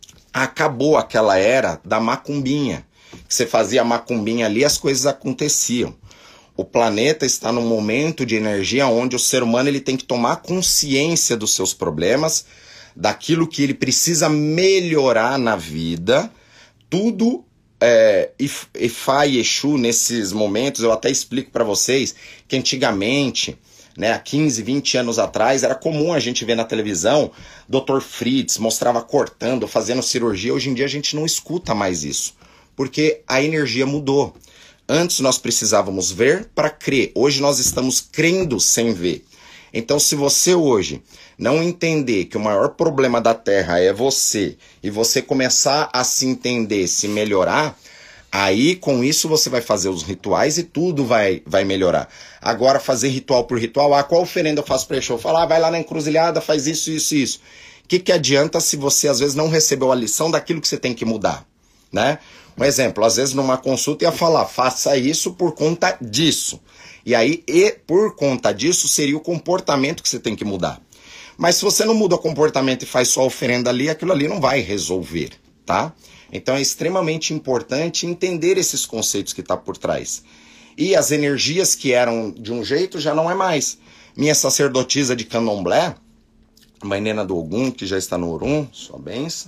acabou aquela era da macumbinha. Você fazia a macumbinha ali, as coisas aconteciam. O planeta está num momento de energia onde o ser humano ele tem que tomar consciência dos seus problemas, daquilo que ele precisa melhorar na vida. Tudo é, Ifá e Exu nesses momentos, eu até explico para vocês que antigamente, né, há quinze, vinte anos atrás, era comum a gente ver na televisão doutor Fritz mostrava cortando, fazendo cirurgia. Hoje em dia a gente não escuta mais isso, porque a energia mudou. Antes nós precisávamos ver para crer, hoje nós estamos crendo sem ver. Então, se você hoje não entender que o maior problema da Terra é você, e você começar a se entender, se melhorar, aí com isso você vai fazer os rituais e tudo vai, vai melhorar. Agora, fazer ritual por ritual, ah, qual oferenda eu faço para Exu? Falar, ah, vai lá na encruzilhada, faz isso, isso, isso. O que, que adianta se você às vezes não recebeu a lição daquilo que você tem que mudar, né? Um exemplo, às vezes numa consulta ia falar, faça isso por conta disso. E aí, e por conta disso, seria o comportamento que você tem que mudar. Mas se você não muda o comportamento e faz só a oferenda ali, aquilo ali não vai resolver, tá? Então é extremamente importante entender esses conceitos que estão por trás. E as energias que eram de um jeito já não é mais. Minha sacerdotisa de Candomblé, Mãe Nena do Ogum, que já está no Orum, sua benção,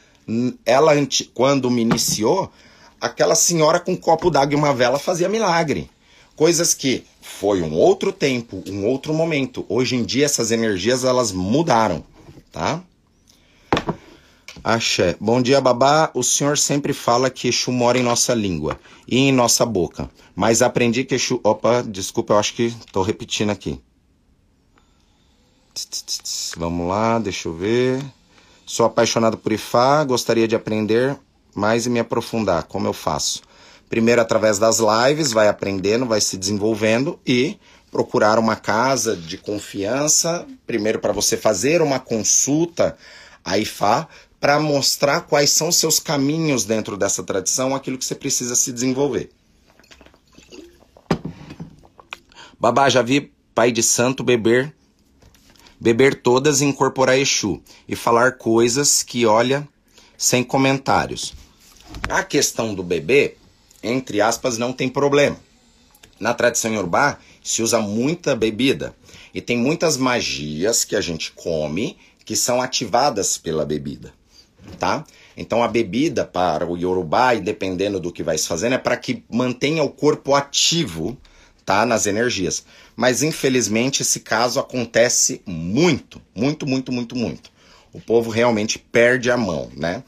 ela, quando me iniciou, aquela senhora com um copo d'água e uma vela fazia milagre. Coisas que foi um outro tempo, um outro momento. Hoje em dia essas energias elas mudaram, tá? Axé. Bom dia, babá. O senhor sempre fala que Exu mora em nossa língua e em nossa boca. Mas aprendi que Exu... Opa, desculpa, eu acho que estou repetindo aqui. Vamos lá, deixa eu ver. Sou apaixonado por Ifá, gostaria de aprender mais e me aprofundar. Como eu faço? Primeiro, através das lives, vai aprendendo, vai se desenvolvendo e procurar uma casa de confiança, primeiro para você fazer uma consulta a Ifá, para mostrar quais são seus caminhos dentro dessa tradição, aquilo que você precisa se desenvolver. Babá, já vi pai de santo beber, beber todas e incorporar Exu e falar coisas que, olha, sem comentários. A questão do bebê, entre aspas, não tem problema. Na tradição iorubá, se usa muita bebida. E tem muitas magias que a gente come que são ativadas pela bebida, tá? Então a bebida para o iorubá, e dependendo do que vai se fazendo, é para que mantenha o corpo ativo, tá? Nas energias. Mas infelizmente esse caso acontece muito, muito, muito, muito, muito. O povo realmente perde a mão, né?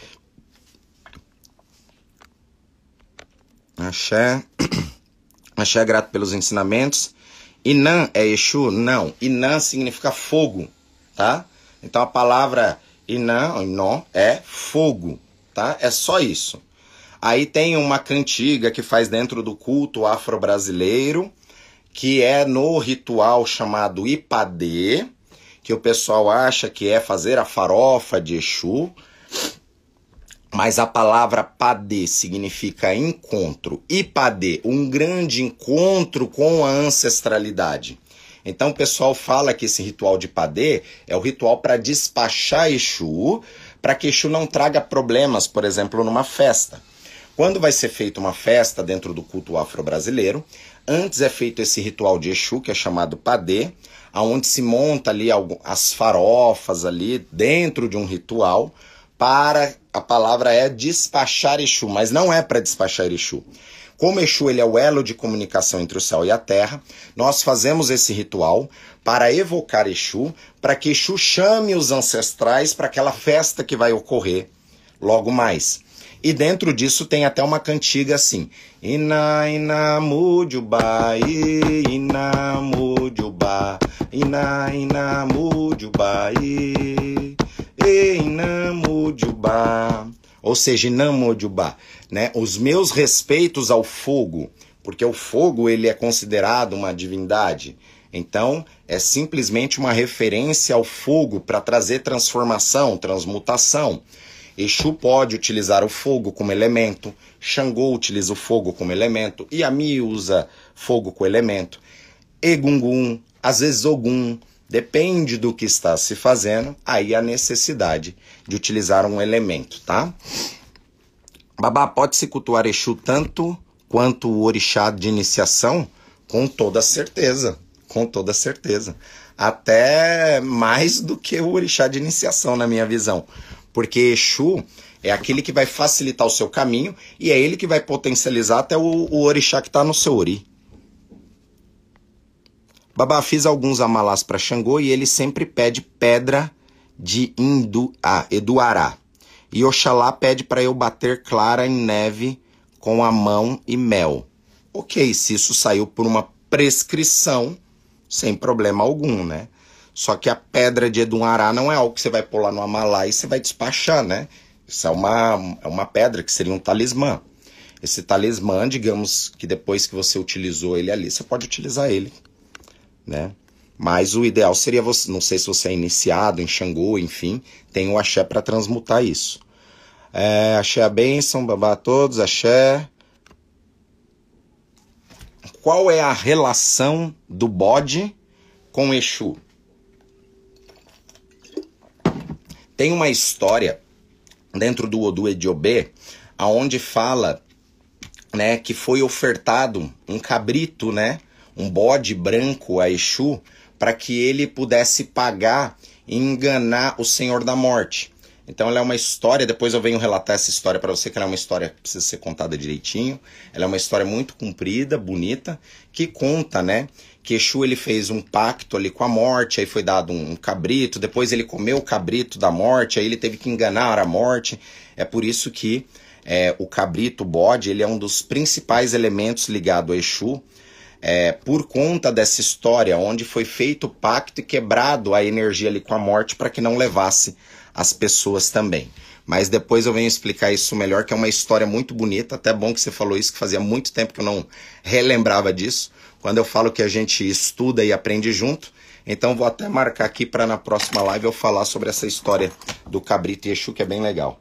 Axé. Axé, grato pelos ensinamentos. Inã é Exu? Não. Inã significa fogo, tá? Então a palavra Inã, Inó, é fogo, tá? É só isso. Aí tem uma cantiga que faz dentro do culto afro-brasileiro, que é no ritual chamado Ipadê, que o pessoal acha que é fazer a farofa de Exu. Mas a palavra padê significa encontro. Ipadê, um grande encontro com a ancestralidade. Então o pessoal fala que esse ritual de Padê é o ritual para despachar Exu, para que Exu não traga problemas, por exemplo, numa festa. Quando vai ser feita uma festa dentro do culto afro-brasileiro, antes é feito esse ritual de Exu, que é chamado Padê, onde se monta ali as farofas ali dentro de um ritual, para, a palavra é despachar Exu, mas não é para despachar Exu. Como Exu ele é o elo de comunicação entre o céu e a terra, nós fazemos esse ritual para evocar Exu, para que Exu chame os ancestrais para aquela festa que vai ocorrer logo mais. E dentro disso tem até uma cantiga assim: Ina, ina, mujubá, ina, mujubá, ina, ina, mujubá, ina, mujubá. Ou seja, ina, mujubá, né? Os meus respeitos ao fogo, porque o fogo ele é considerado uma divindade. Então, é simplesmente uma referência ao fogo para trazer transformação, transmutação. Exu pode utilizar o fogo como elemento, Xangô utiliza o fogo como elemento, Iami usa fogo como elemento, Egungun, às vezes Ogum, depende do que está se fazendo, aí a necessidade de utilizar um elemento, tá? Babá, pode-se cultuar Exu tanto quanto o orixá de iniciação? Com toda certeza, com toda certeza. Até mais do que o orixá de iniciação, na minha visão. Porque Exu é aquele que vai facilitar o seu caminho e é ele que vai potencializar até o, o orixá que está no seu ori. Babá, fiz alguns amalás para Xangô e ele sempre pede pedra de Indu, ah, Eduará. E Oxalá pede para eu bater clara em neve com a mão e mel. Ok, se isso saiu por uma prescrição, sem problema algum, né? Só que a pedra de Eduará não é algo que você vai pôr lá no amalá e você vai despachar, né? Isso é uma, é uma pedra que seria um talismã. Esse talismã, digamos que depois que você utilizou ele ali, você pode utilizar ele, né? Mas o ideal seria você, não sei se você é iniciado em Xangô, enfim, tem o axé para transmutar isso. É, axé a bênção, babá a todos, axé. Qual é a relação do bode com Exu? Tem uma história dentro do Odu Ediobê, aonde fala, né, que foi ofertado um cabrito, né, um bode branco a Exu, para que ele pudesse pagar e enganar o Senhor da Morte. Então ela é uma história, depois eu venho relatar essa história para você, que ela é uma história que precisa ser contada direitinho. Ela é uma história muito comprida, bonita, que conta, né, que Exu ele fez um pacto ali com a morte, aí foi dado um cabrito, depois ele comeu o cabrito da morte, aí ele teve que enganar a morte. É por isso que é, o cabrito, o bode, ele é um dos principais elementos ligado a Exu, é, por conta dessa história, onde foi feito o pacto e quebrado a energia ali com a morte para que não levasse as pessoas também. Mas depois eu venho explicar isso melhor, que é uma história muito bonita, até bom que você falou isso, que fazia muito tempo que eu não relembrava disso. Quando eu falo que a gente estuda e aprende junto, então vou até marcar aqui para na próxima live eu falar sobre essa história do cabrito e Exu, que é bem legal.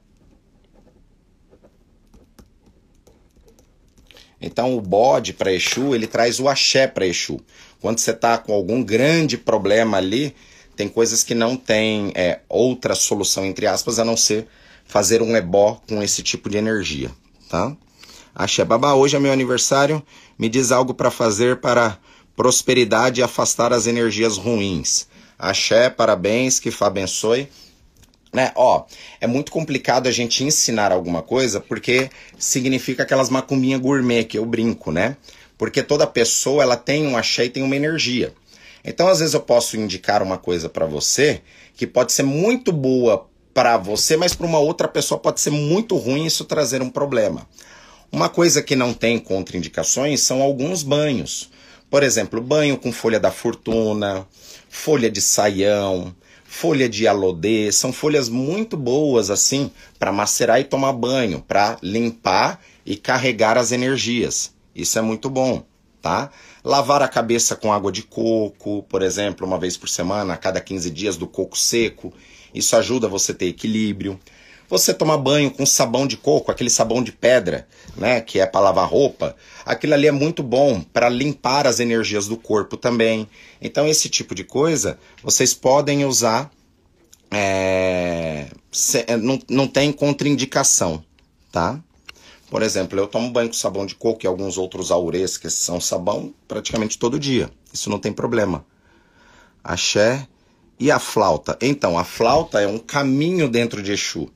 Então o bode para Exu, ele traz o axé para Exu. Quando você está com algum grande problema ali, tem coisas que não tem é, outra solução, entre aspas, a não ser fazer um ebó com esse tipo de energia, tá? Axé, babá, hoje é meu aniversário, me diz algo para fazer para prosperidade e afastar as energias ruins. Axé, parabéns, que Fá abençoe. Né? Ó, é muito complicado a gente ensinar alguma coisa, porque significa aquelas macumbinhas gourmet que eu brinco, né? Porque toda pessoa ela tem um axé e tem uma energia. Então, às vezes eu posso indicar uma coisa para você que pode ser muito boa para você, mas para uma outra pessoa pode ser muito ruim, isso trazer um problema. Uma coisa que não tem contraindicações são alguns banhos. Por exemplo, banho com folha da fortuna, folha de saião, folha de alodê, são folhas muito boas assim para macerar e tomar banho, para limpar e carregar as energias. Isso é muito bom, tá? Lavar a cabeça com água de coco, por exemplo, uma vez por semana, a cada quinze dias do coco seco. Isso ajuda você a ter equilíbrio. Você tomar banho com sabão de coco, aquele sabão de pedra, né, que é para lavar roupa, aquilo ali é muito bom para limpar as energias do corpo também. Então esse tipo de coisa vocês podem usar, é, se, não, não tem contraindicação, tá? Por exemplo, eu tomo banho com sabão de coco e alguns outros aurês que são sabão praticamente todo dia. Isso não tem problema. Axé. E a flauta? Então, a flauta é um caminho dentro de Exu.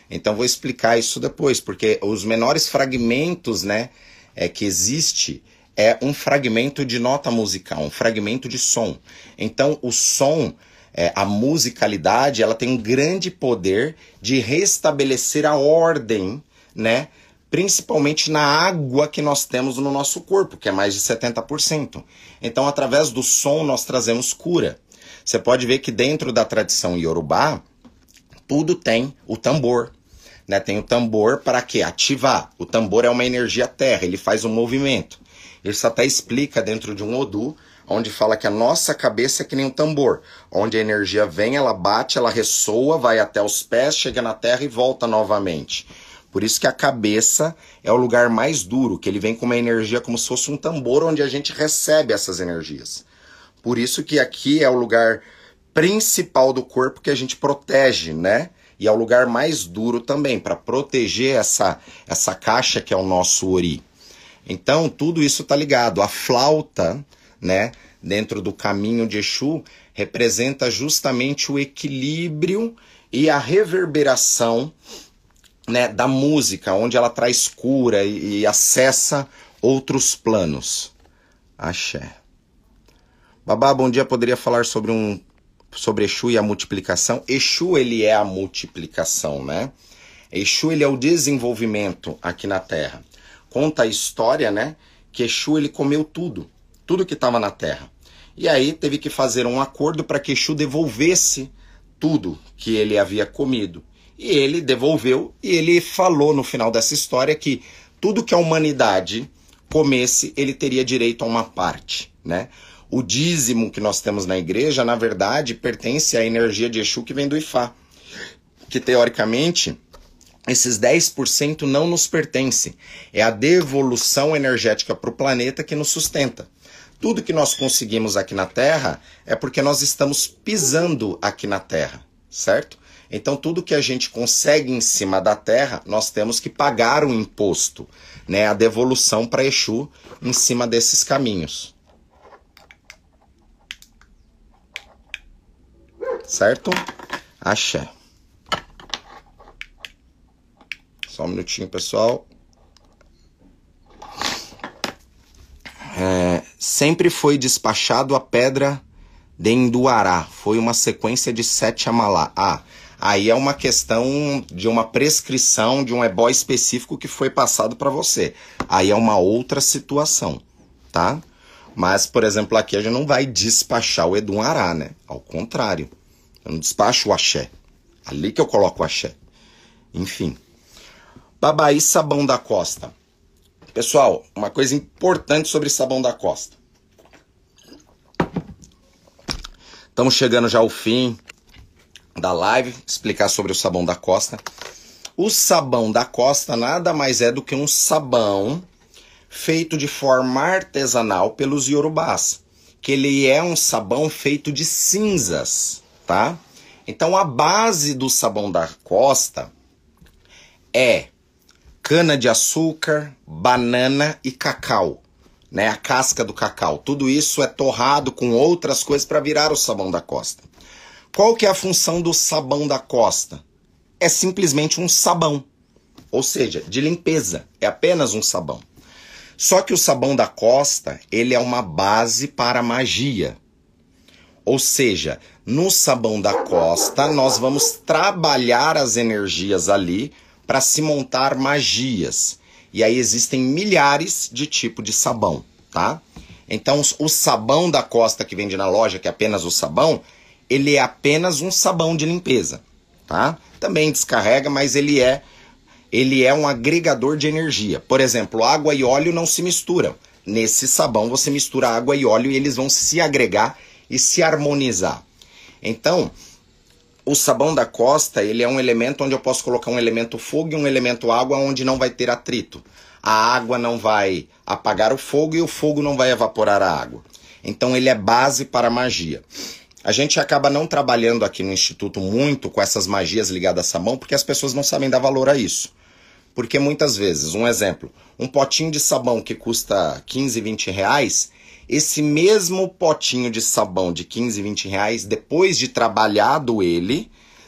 Então vou explicar isso depois, porque os menores fragmentos, né, é, que existe é um fragmento de nota musical, um fragmento de som. Então o som, é, a musicalidade, ela tem um grande poder de restabelecer a ordem, né, principalmente na água que nós temos no nosso corpo, que é mais de setenta por cento. Então, através do som, nós trazemos cura. Você pode ver que dentro da tradição iorubá, tudo tem o tambor. Né? Tem o tambor para quê? Ativar. O tambor é uma energia terra, ele faz um movimento. Isso até explica dentro de um Odu, onde fala que a nossa cabeça é que nem um tambor, onde a energia vem, ela bate, ela ressoa, vai até os pés, chega na terra e volta novamente. Por isso que a cabeça é o lugar mais duro, que ele vem com uma energia como se fosse um tambor onde a gente recebe essas energias. Por isso que aqui é o lugar principal do corpo que a gente protege, né? E é o lugar mais duro também, para proteger essa, essa caixa que é o nosso ori. Então, tudo isso está ligado. A flauta, né, dentro do caminho de Exu, representa justamente o equilíbrio e a reverberação, né, da música, onde ela traz cura e, e acessa outros planos. Axé. Babá, bom dia. Poderia falar sobre um sobre Exu e a multiplicação? Exu, ele é a multiplicação, né? Exu, ele é o desenvolvimento aqui na Terra. Conta a história, né, que Exu, ele comeu tudo, tudo que estava na Terra. E aí teve que fazer um acordo para que Exu devolvesse tudo que ele havia comido. E ele devolveu, e ele falou no final dessa história que tudo que a humanidade comesse, ele teria direito a uma parte, né? O dízimo que nós temos na igreja, na verdade, pertence à energia de Exu que vem do Ifá. Que, teoricamente, esses dez por cento não nos pertence. É a devolução energética para o planeta que nos sustenta. Tudo que nós conseguimos aqui na Terra é porque nós estamos pisando aqui na Terra, certo? Então, tudo que a gente consegue em cima da terra, nós temos que pagar um imposto, né? A devolução para Exu em cima desses caminhos. Certo? Axé. Só um minutinho, pessoal. É, sempre foi despachado a pedra de Induará. Foi uma sequência de sete amalá. Ah, aí é uma questão de uma prescrição de um ebó específico que foi passado para você. Aí é uma outra situação, tá? Mas, por exemplo, aqui a gente não vai despachar o Edum Ará, né? Ao contrário. Eu não despacho o axé. Ali que eu coloco o axé. Enfim. Babaí Sabão da Costa. Pessoal, uma coisa importante sobre Sabão da Costa. Estamos chegando já ao fim da live, explicar sobre o Sabão da Costa. O Sabão da Costa nada mais é do que um sabão feito de forma artesanal pelos iorubás, que ele é um sabão feito de cinzas, tá? Então a base do Sabão da Costa é cana-de-açúcar, banana e cacau, né? A casca do cacau. Tudo isso é torrado com outras coisas para virar o Sabão da Costa. Qual que é a função do Sabão da Costa? É simplesmente um sabão, ou seja, de limpeza. É apenas um sabão. Só que o Sabão da Costa, ele é uma base para magia. Ou seja, no Sabão da Costa, nós vamos trabalhar as energias ali para se montar magias. E aí existem milhares de tipos de sabão, tá? Então, o Sabão da Costa que vende na loja, que é apenas o sabão, ele é apenas um sabão de limpeza, tá? Também descarrega, mas ele é, ele é um agregador de energia. Por exemplo, água e óleo não se misturam. Nesse sabão você mistura água e óleo e eles vão se agregar e se harmonizar. Então, o Sabão da Costa, ele é um elemento onde eu posso colocar um elemento fogo e um elemento água onde não vai ter atrito. A água não vai apagar o fogo e o fogo não vai evaporar a água. Então ele é base para a magia. A gente acaba não trabalhando aqui no Instituto muito com essas magias ligadas a sabão porque as pessoas não sabem dar valor a isso. Porque muitas vezes, um exemplo, um potinho de sabão que custa quinze, vinte reais, esse mesmo potinho de sabão de quinze, vinte reais, depois de trabalhado ele,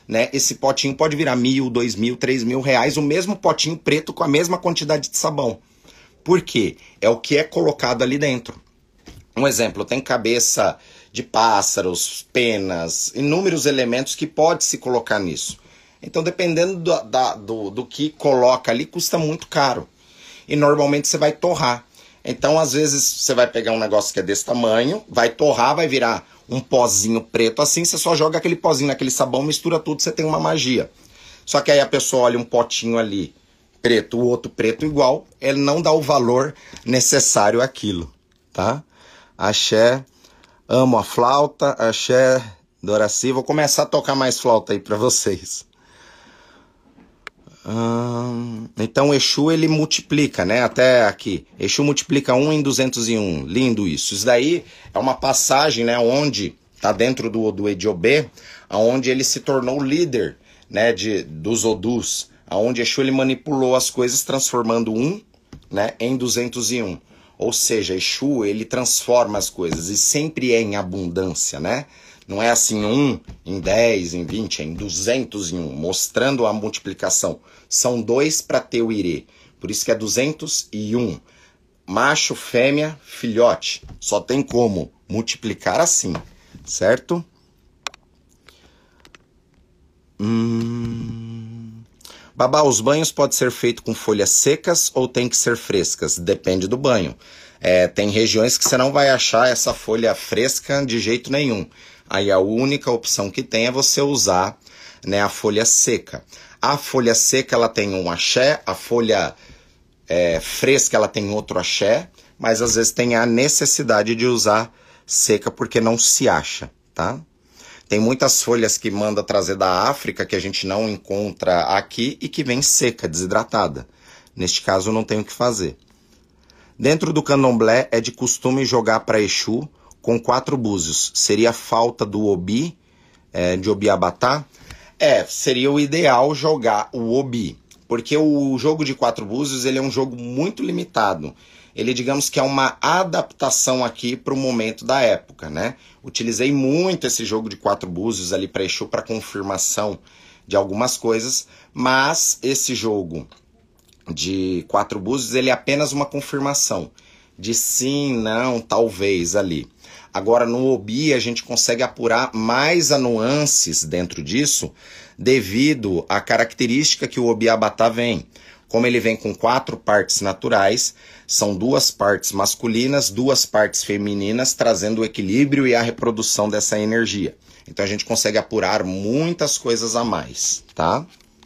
né? Esse potinho pode virar mil, dois mil, três mil reais, o mesmo potinho preto com a mesma quantidade de sabão. Por quê? É o que é colocado ali dentro. Um exemplo, tem cabeça de pássaros, penas, inúmeros elementos que pode se colocar nisso. Então, dependendo do, da, do, do que coloca ali, custa muito caro. E normalmente você vai torrar. Então, às vezes, você vai pegar um negócio que é desse tamanho, vai torrar, vai virar um pozinho preto assim, você só joga aquele pozinho naquele sabão, mistura tudo, você tem uma magia. Só que aí a pessoa olha um potinho ali preto, o outro preto igual, ele não dá o valor necessário àquilo, tá? Axé, amo a flauta, axé, Doraci, vou começar a tocar mais flauta aí pra vocês. Hum, então Exu ele multiplica, né? Até aqui, Exu multiplica um em duzentos e um, lindo isso. Isso daí é uma passagem, né? Onde, tá dentro do, do Ediobê, onde ele se tornou líder, né? De, dos Odus, onde Exu ele manipulou as coisas transformando um, né? Em duzentos e um. Ou seja, Exu, ele transforma as coisas e sempre é em abundância, né? Não é assim um em dez, em vinte, é em duzentos e um, mostrando a multiplicação. São dois para ter o Irê, por isso que é duzentos e um. Macho, fêmea, filhote. Só tem como multiplicar assim, certo? Hum... Babá, os banhos podem ser feitos com folhas secas ou tem que ser frescas? Depende do banho. É, tem regiões que você não vai achar essa folha fresca de jeito nenhum. Aí a única opção que tem é você usar, né, a folha seca. A folha seca ela tem um axé, a folha é, fresca ela tem outro axé, mas às vezes tem a necessidade de usar seca porque não se acha, tá? Tem muitas folhas que manda trazer da África que a gente não encontra aqui e que vem seca, desidratada. Neste caso não tem o que fazer. Dentro do candomblé é de costume jogar para Exu com quatro búzios. Seria falta do Obi, é, de Obiabatá? É, seria o ideal jogar o Obi. Porque o jogo de quatro búzios ele é um jogo muito limitado. Ele, digamos que é uma adaptação aqui para o momento da época, né? Utilizei muito esse jogo de quatro búzios ali para Exu para confirmação de algumas coisas, mas esse jogo de quatro búzios ele é apenas uma confirmação de sim, não, talvez ali. Agora no Obi a gente consegue apurar mais a nuances dentro disso devido à característica que o Obiabatá vem. Como ele vem com quatro partes naturais, são duas partes masculinas, duas partes femininas, trazendo o equilíbrio e a reprodução dessa energia. Então a gente consegue apurar muitas coisas a mais, tá?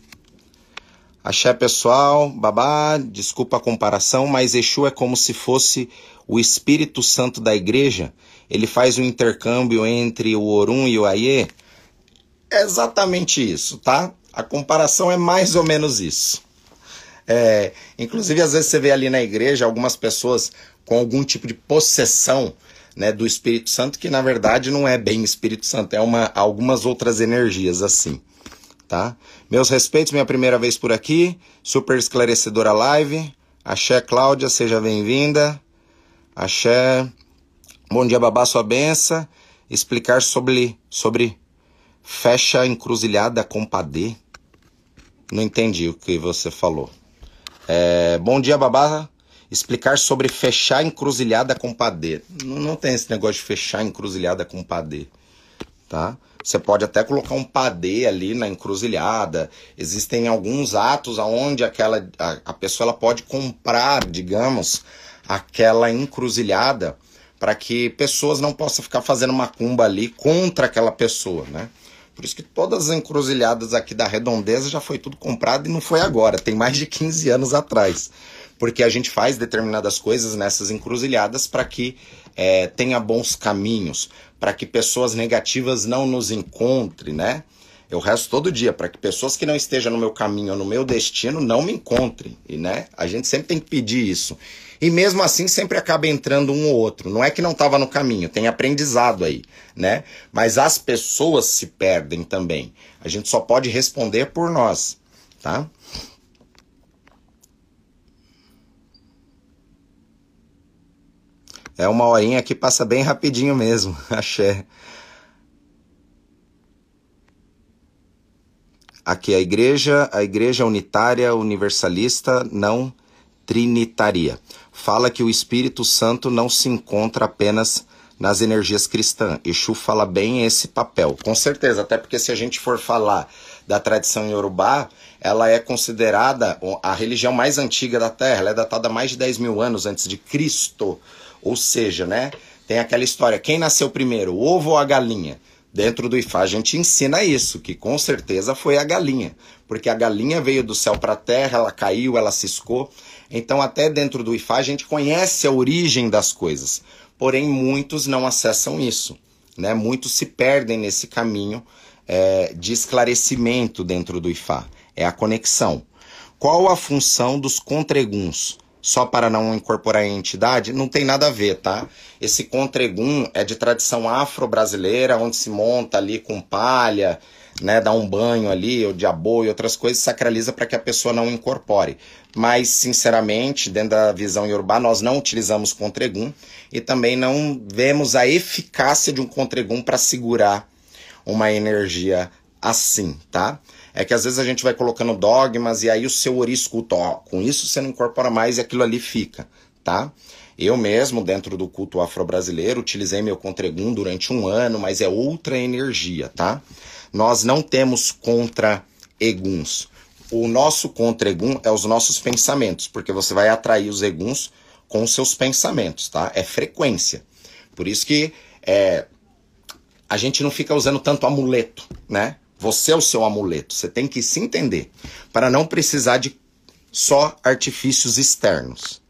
Axé pessoal, babá, desculpa a comparação, mas Exu é como se fosse o Espírito Santo da igreja. Ele faz o intercâmbio entre o Orum e o Aiê. É exatamente isso, tá? A comparação é mais ou menos isso. É, inclusive, às vezes você vê ali na igreja algumas pessoas com algum tipo de possessão, né, do Espírito Santo, que na verdade não é bem Espírito Santo, é uma, algumas outras energias assim, tá? Meus respeitos, minha primeira vez por aqui, super esclarecedora live. Axé Cláudia, seja bem-vinda. Axé, bom dia babá, sua benção. Explicar sobre, sobre fecha encruzilhada com padê. Não entendi o que você falou. É, bom dia, babá. Explicar sobre fechar encruzilhada com padê. Não, não tem esse negócio de fechar encruzilhada com padê, tá? Você pode até colocar um padê ali na encruzilhada. Existem alguns atos onde aquela, a, a pessoa ela pode comprar, digamos, aquela encruzilhada para que pessoas não possam ficar fazendo macumba ali contra aquela pessoa, né? Por isso que todas as encruzilhadas aqui da Redondeza já foi tudo comprado e não foi agora, tem mais de quinze anos atrás. Porque a gente faz determinadas coisas nessas encruzilhadas para que é, tenha bons caminhos, para que pessoas negativas não nos encontrem, né? Eu rezo todo dia para que pessoas que não estejam no meu caminho ou no meu destino não me encontrem, e, né? A gente sempre tem que pedir isso. E mesmo assim sempre acaba entrando um ou outro. Não é que não estava no caminho, tem aprendizado aí, né? Mas as pessoas se perdem também. A gente só pode responder por nós, tá? É uma horinha que passa bem rapidinho mesmo, axé. Aqui a igreja, a igreja unitária, universalista, não trinitaria. Fala que o Espírito Santo não se encontra apenas nas energias cristãs. Exu fala bem esse papel, com certeza, até porque se a gente for falar da tradição iorubá, ela é considerada a religião mais antiga da Terra, ela é datada há mais de dez mil anos antes de Cristo, ou seja, né, tem aquela história, quem nasceu primeiro, o ovo ou a galinha? Dentro do Ifá a gente ensina isso, que com certeza foi a galinha, porque a galinha veio do céu para a terra, ela caiu, ela ciscou, então até dentro do Ifá a gente conhece a origem das coisas, porém muitos não acessam isso, né? Muitos se perdem nesse caminho é, de esclarecimento dentro do Ifá, é a conexão. Qual a função dos contreguns? Só para não incorporar a entidade, não tem nada a ver, tá? Esse contregum é de tradição afro-brasileira, onde se monta ali com palha, né, dá um banho ali, ou de aboio e outras coisas, sacraliza para que a pessoa não incorpore. Mas, sinceramente, dentro da visão iorubá, nós não utilizamos contregum e também não vemos a eficácia de um contregum para segurar uma energia assim, tá? É que às vezes a gente vai colocando dogmas e aí o seu ori escuta, ó, com isso você não incorpora mais e aquilo ali fica, tá? Eu mesmo, dentro do culto afro-brasileiro, utilizei meu contregum durante um ano, mas é outra energia, tá? Nós não temos contra-eguns. O nosso contra-egum é os nossos pensamentos, porque você vai atrair os eguns com os seus pensamentos, tá? É frequência. Por isso que é, a gente não fica usando tanto amuleto, né? Você é o seu amuleto, você tem que se entender, para não precisar de só artifícios externos.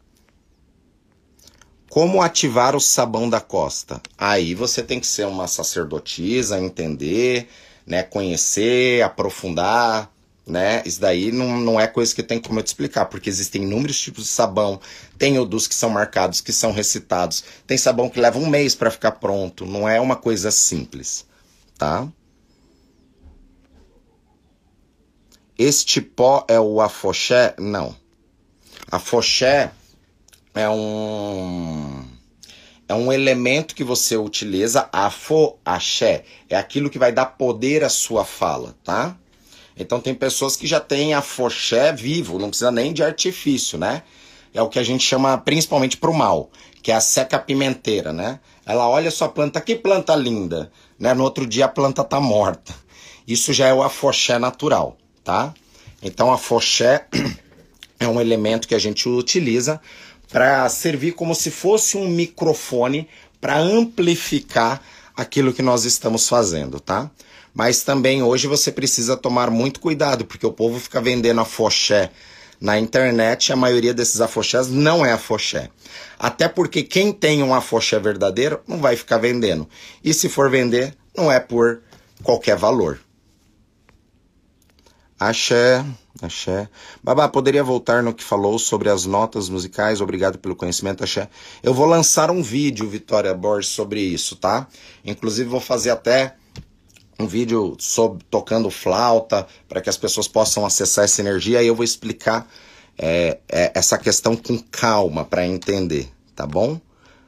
Como ativar o sabão da costa? Aí você tem que ser uma sacerdotisa, entender, né, conhecer, aprofundar, né? Isso daí não, não é coisa que tem como eu te explicar, porque existem inúmeros tipos de sabão, tem odus que são marcados, que são recitados, tem sabão que leva um mês para ficar pronto, não é uma coisa simples, tá? Este pó é o afoxé? Não. Afoxé é um, é um elemento que você utiliza, afo, axé, é aquilo que vai dar poder à sua fala, tá? Então tem pessoas que já têm afoxé vivo, não precisa nem de artifício, né? É o que a gente chama principalmente pro mal, que é a seca-pimenteira, né? Ela olha sua planta, que planta linda, né? No outro dia a planta tá morta. Isso já é o afoxé natural, tá? Então a afoxé é um elemento que a gente utiliza para servir como se fosse um microfone para amplificar aquilo que nós estamos fazendo, tá? Mas também hoje você precisa tomar muito cuidado, porque o povo fica vendendo afoxé na internet e a maioria desses afoxés não é afoxé. Até porque quem tem um afoxé verdadeiro não vai ficar vendendo. E se for vender, não é por qualquer valor. Axé, axé. Babá, poderia voltar no que falou sobre as notas musicais? Obrigado pelo conhecimento, axé. Eu vou lançar um vídeo, Vitória Borges, sobre isso, tá? Inclusive vou fazer até um vídeo sobre tocando flauta, para que as pessoas possam acessar essa energia, e eu vou explicar é, é, essa questão com calma, para entender, tá bom?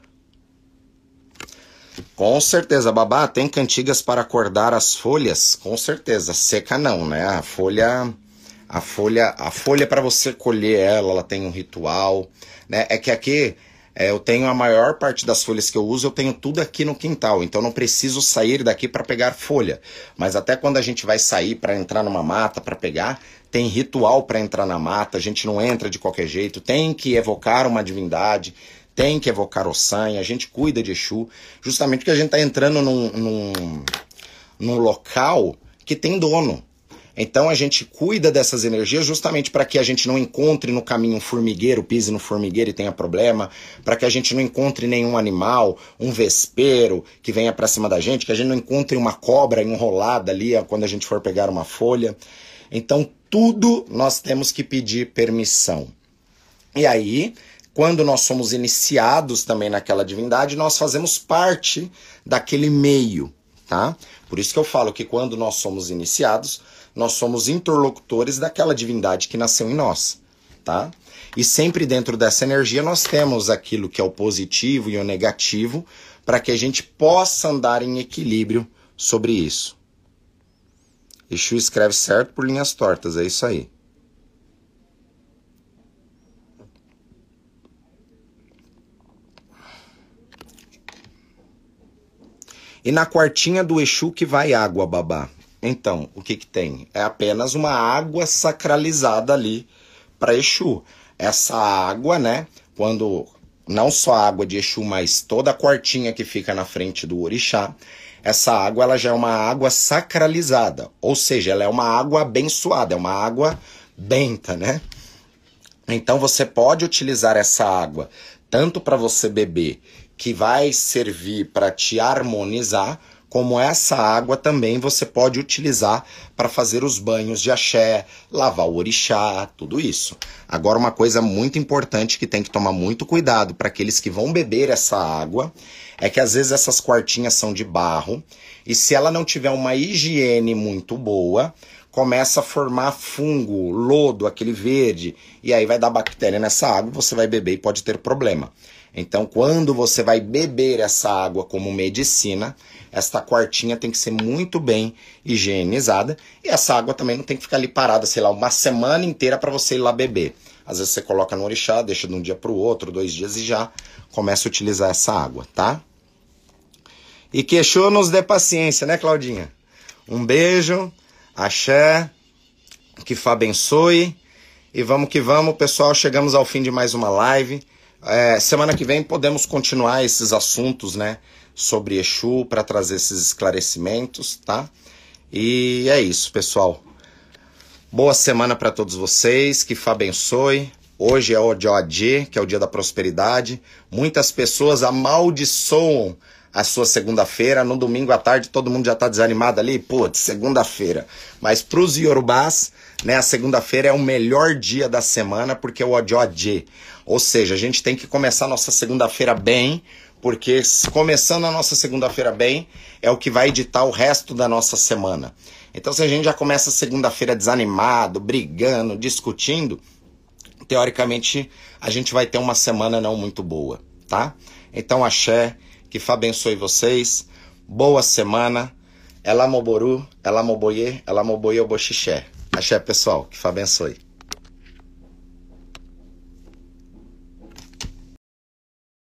Com certeza, babá, tem cantigas para acordar as folhas? Com certeza, seca não, né? A folha, a folha, a folha para você colher ela, ela tem um ritual, né? É que aqui é, eu tenho a maior parte das folhas que eu uso, eu tenho tudo aqui no quintal, então não preciso sair daqui para pegar folha. Mas até quando a gente vai sair para entrar numa mata para pegar, tem ritual para entrar na mata, a gente não entra de qualquer jeito, tem que evocar uma divindade, tem que evocar o sangue, a gente cuida de Exu, justamente porque a gente está entrando num, num, num local que tem dono. Então a gente cuida dessas energias justamente para que a gente não encontre no caminho um formigueiro, pise no formigueiro e tenha problema, para que a gente não encontre nenhum animal, um vespeiro que venha para cima da gente, que a gente não encontre uma cobra enrolada ali quando a gente for pegar uma folha. Então tudo nós temos que pedir permissão. E aí, quando nós somos iniciados também naquela divindade, nós fazemos parte daquele meio, tá? Por isso que eu falo que quando nós somos iniciados, nós somos interlocutores daquela divindade que nasceu em nós, tá? E sempre dentro dessa energia nós temos aquilo que é o positivo e o negativo, para que a gente possa andar em equilíbrio sobre isso. Exu escreve certo por linhas tortas, é isso aí. E na quartinha do Exu que vai água, babá. Então, o que que tem? É apenas uma água sacralizada ali para Exu. Essa água, né, quando não só a água de Exu, mas toda a quartinha que fica na frente do orixá, essa água ela já é uma água sacralizada, ou seja, ela é uma água abençoada, é uma água benta, né? Então você pode utilizar essa água tanto para você beber, que vai servir para te harmonizar, como essa água também você pode utilizar para fazer os banhos de axé, lavar o orixá, tudo isso. Agora, uma coisa muito importante que tem que tomar muito cuidado para aqueles que vão beber essa água, é que às vezes essas quartinhas são de barro, e se ela não tiver uma higiene muito boa, começa a formar fungo, lodo, aquele verde, e aí vai dar bactéria nessa água e você vai beber e pode ter problema. Então, quando você vai beber essa água como medicina, esta quartinha tem que ser muito bem higienizada. E essa água também não tem que ficar ali parada, sei lá, uma semana inteira para você ir lá beber. Às vezes você coloca no orixá, deixa de um dia para o outro, dois dias e já começa a utilizar essa água, tá? E que Exu nos dê paciência, né, Claudinha? Um beijo, axé, que Fá abençoe. E vamos que vamos, pessoal, chegamos ao fim de mais uma live. É, semana que vem podemos continuar esses assuntos, né, sobre Exu, para trazer esses esclarecimentos, tá? E é isso, pessoal. Boa semana para todos vocês, que Fá abençoe. Hoje é o dia, que é o dia da prosperidade. Muitas pessoas amaldiçoam a sua segunda-feira. No domingo à tarde todo mundo já está desanimado ali. Putz, segunda-feira. Mas para os iorubás, né, a segunda-feira é o melhor dia da semana, porque é o Odiodê. Ou seja, a gente tem que começar a nossa segunda-feira bem, porque começando a nossa segunda-feira bem é o que vai ditar o resto da nossa semana. Então, se a gente já começa a segunda-feira desanimado, brigando, discutindo, teoricamente a gente vai ter uma semana não muito boa, tá? Então, axé, que Fá abençoe vocês, boa semana, Ela Moboru, Ela Moboye, Ela Moboye Oboxixé. Axé, pessoal, que Fá abençoe.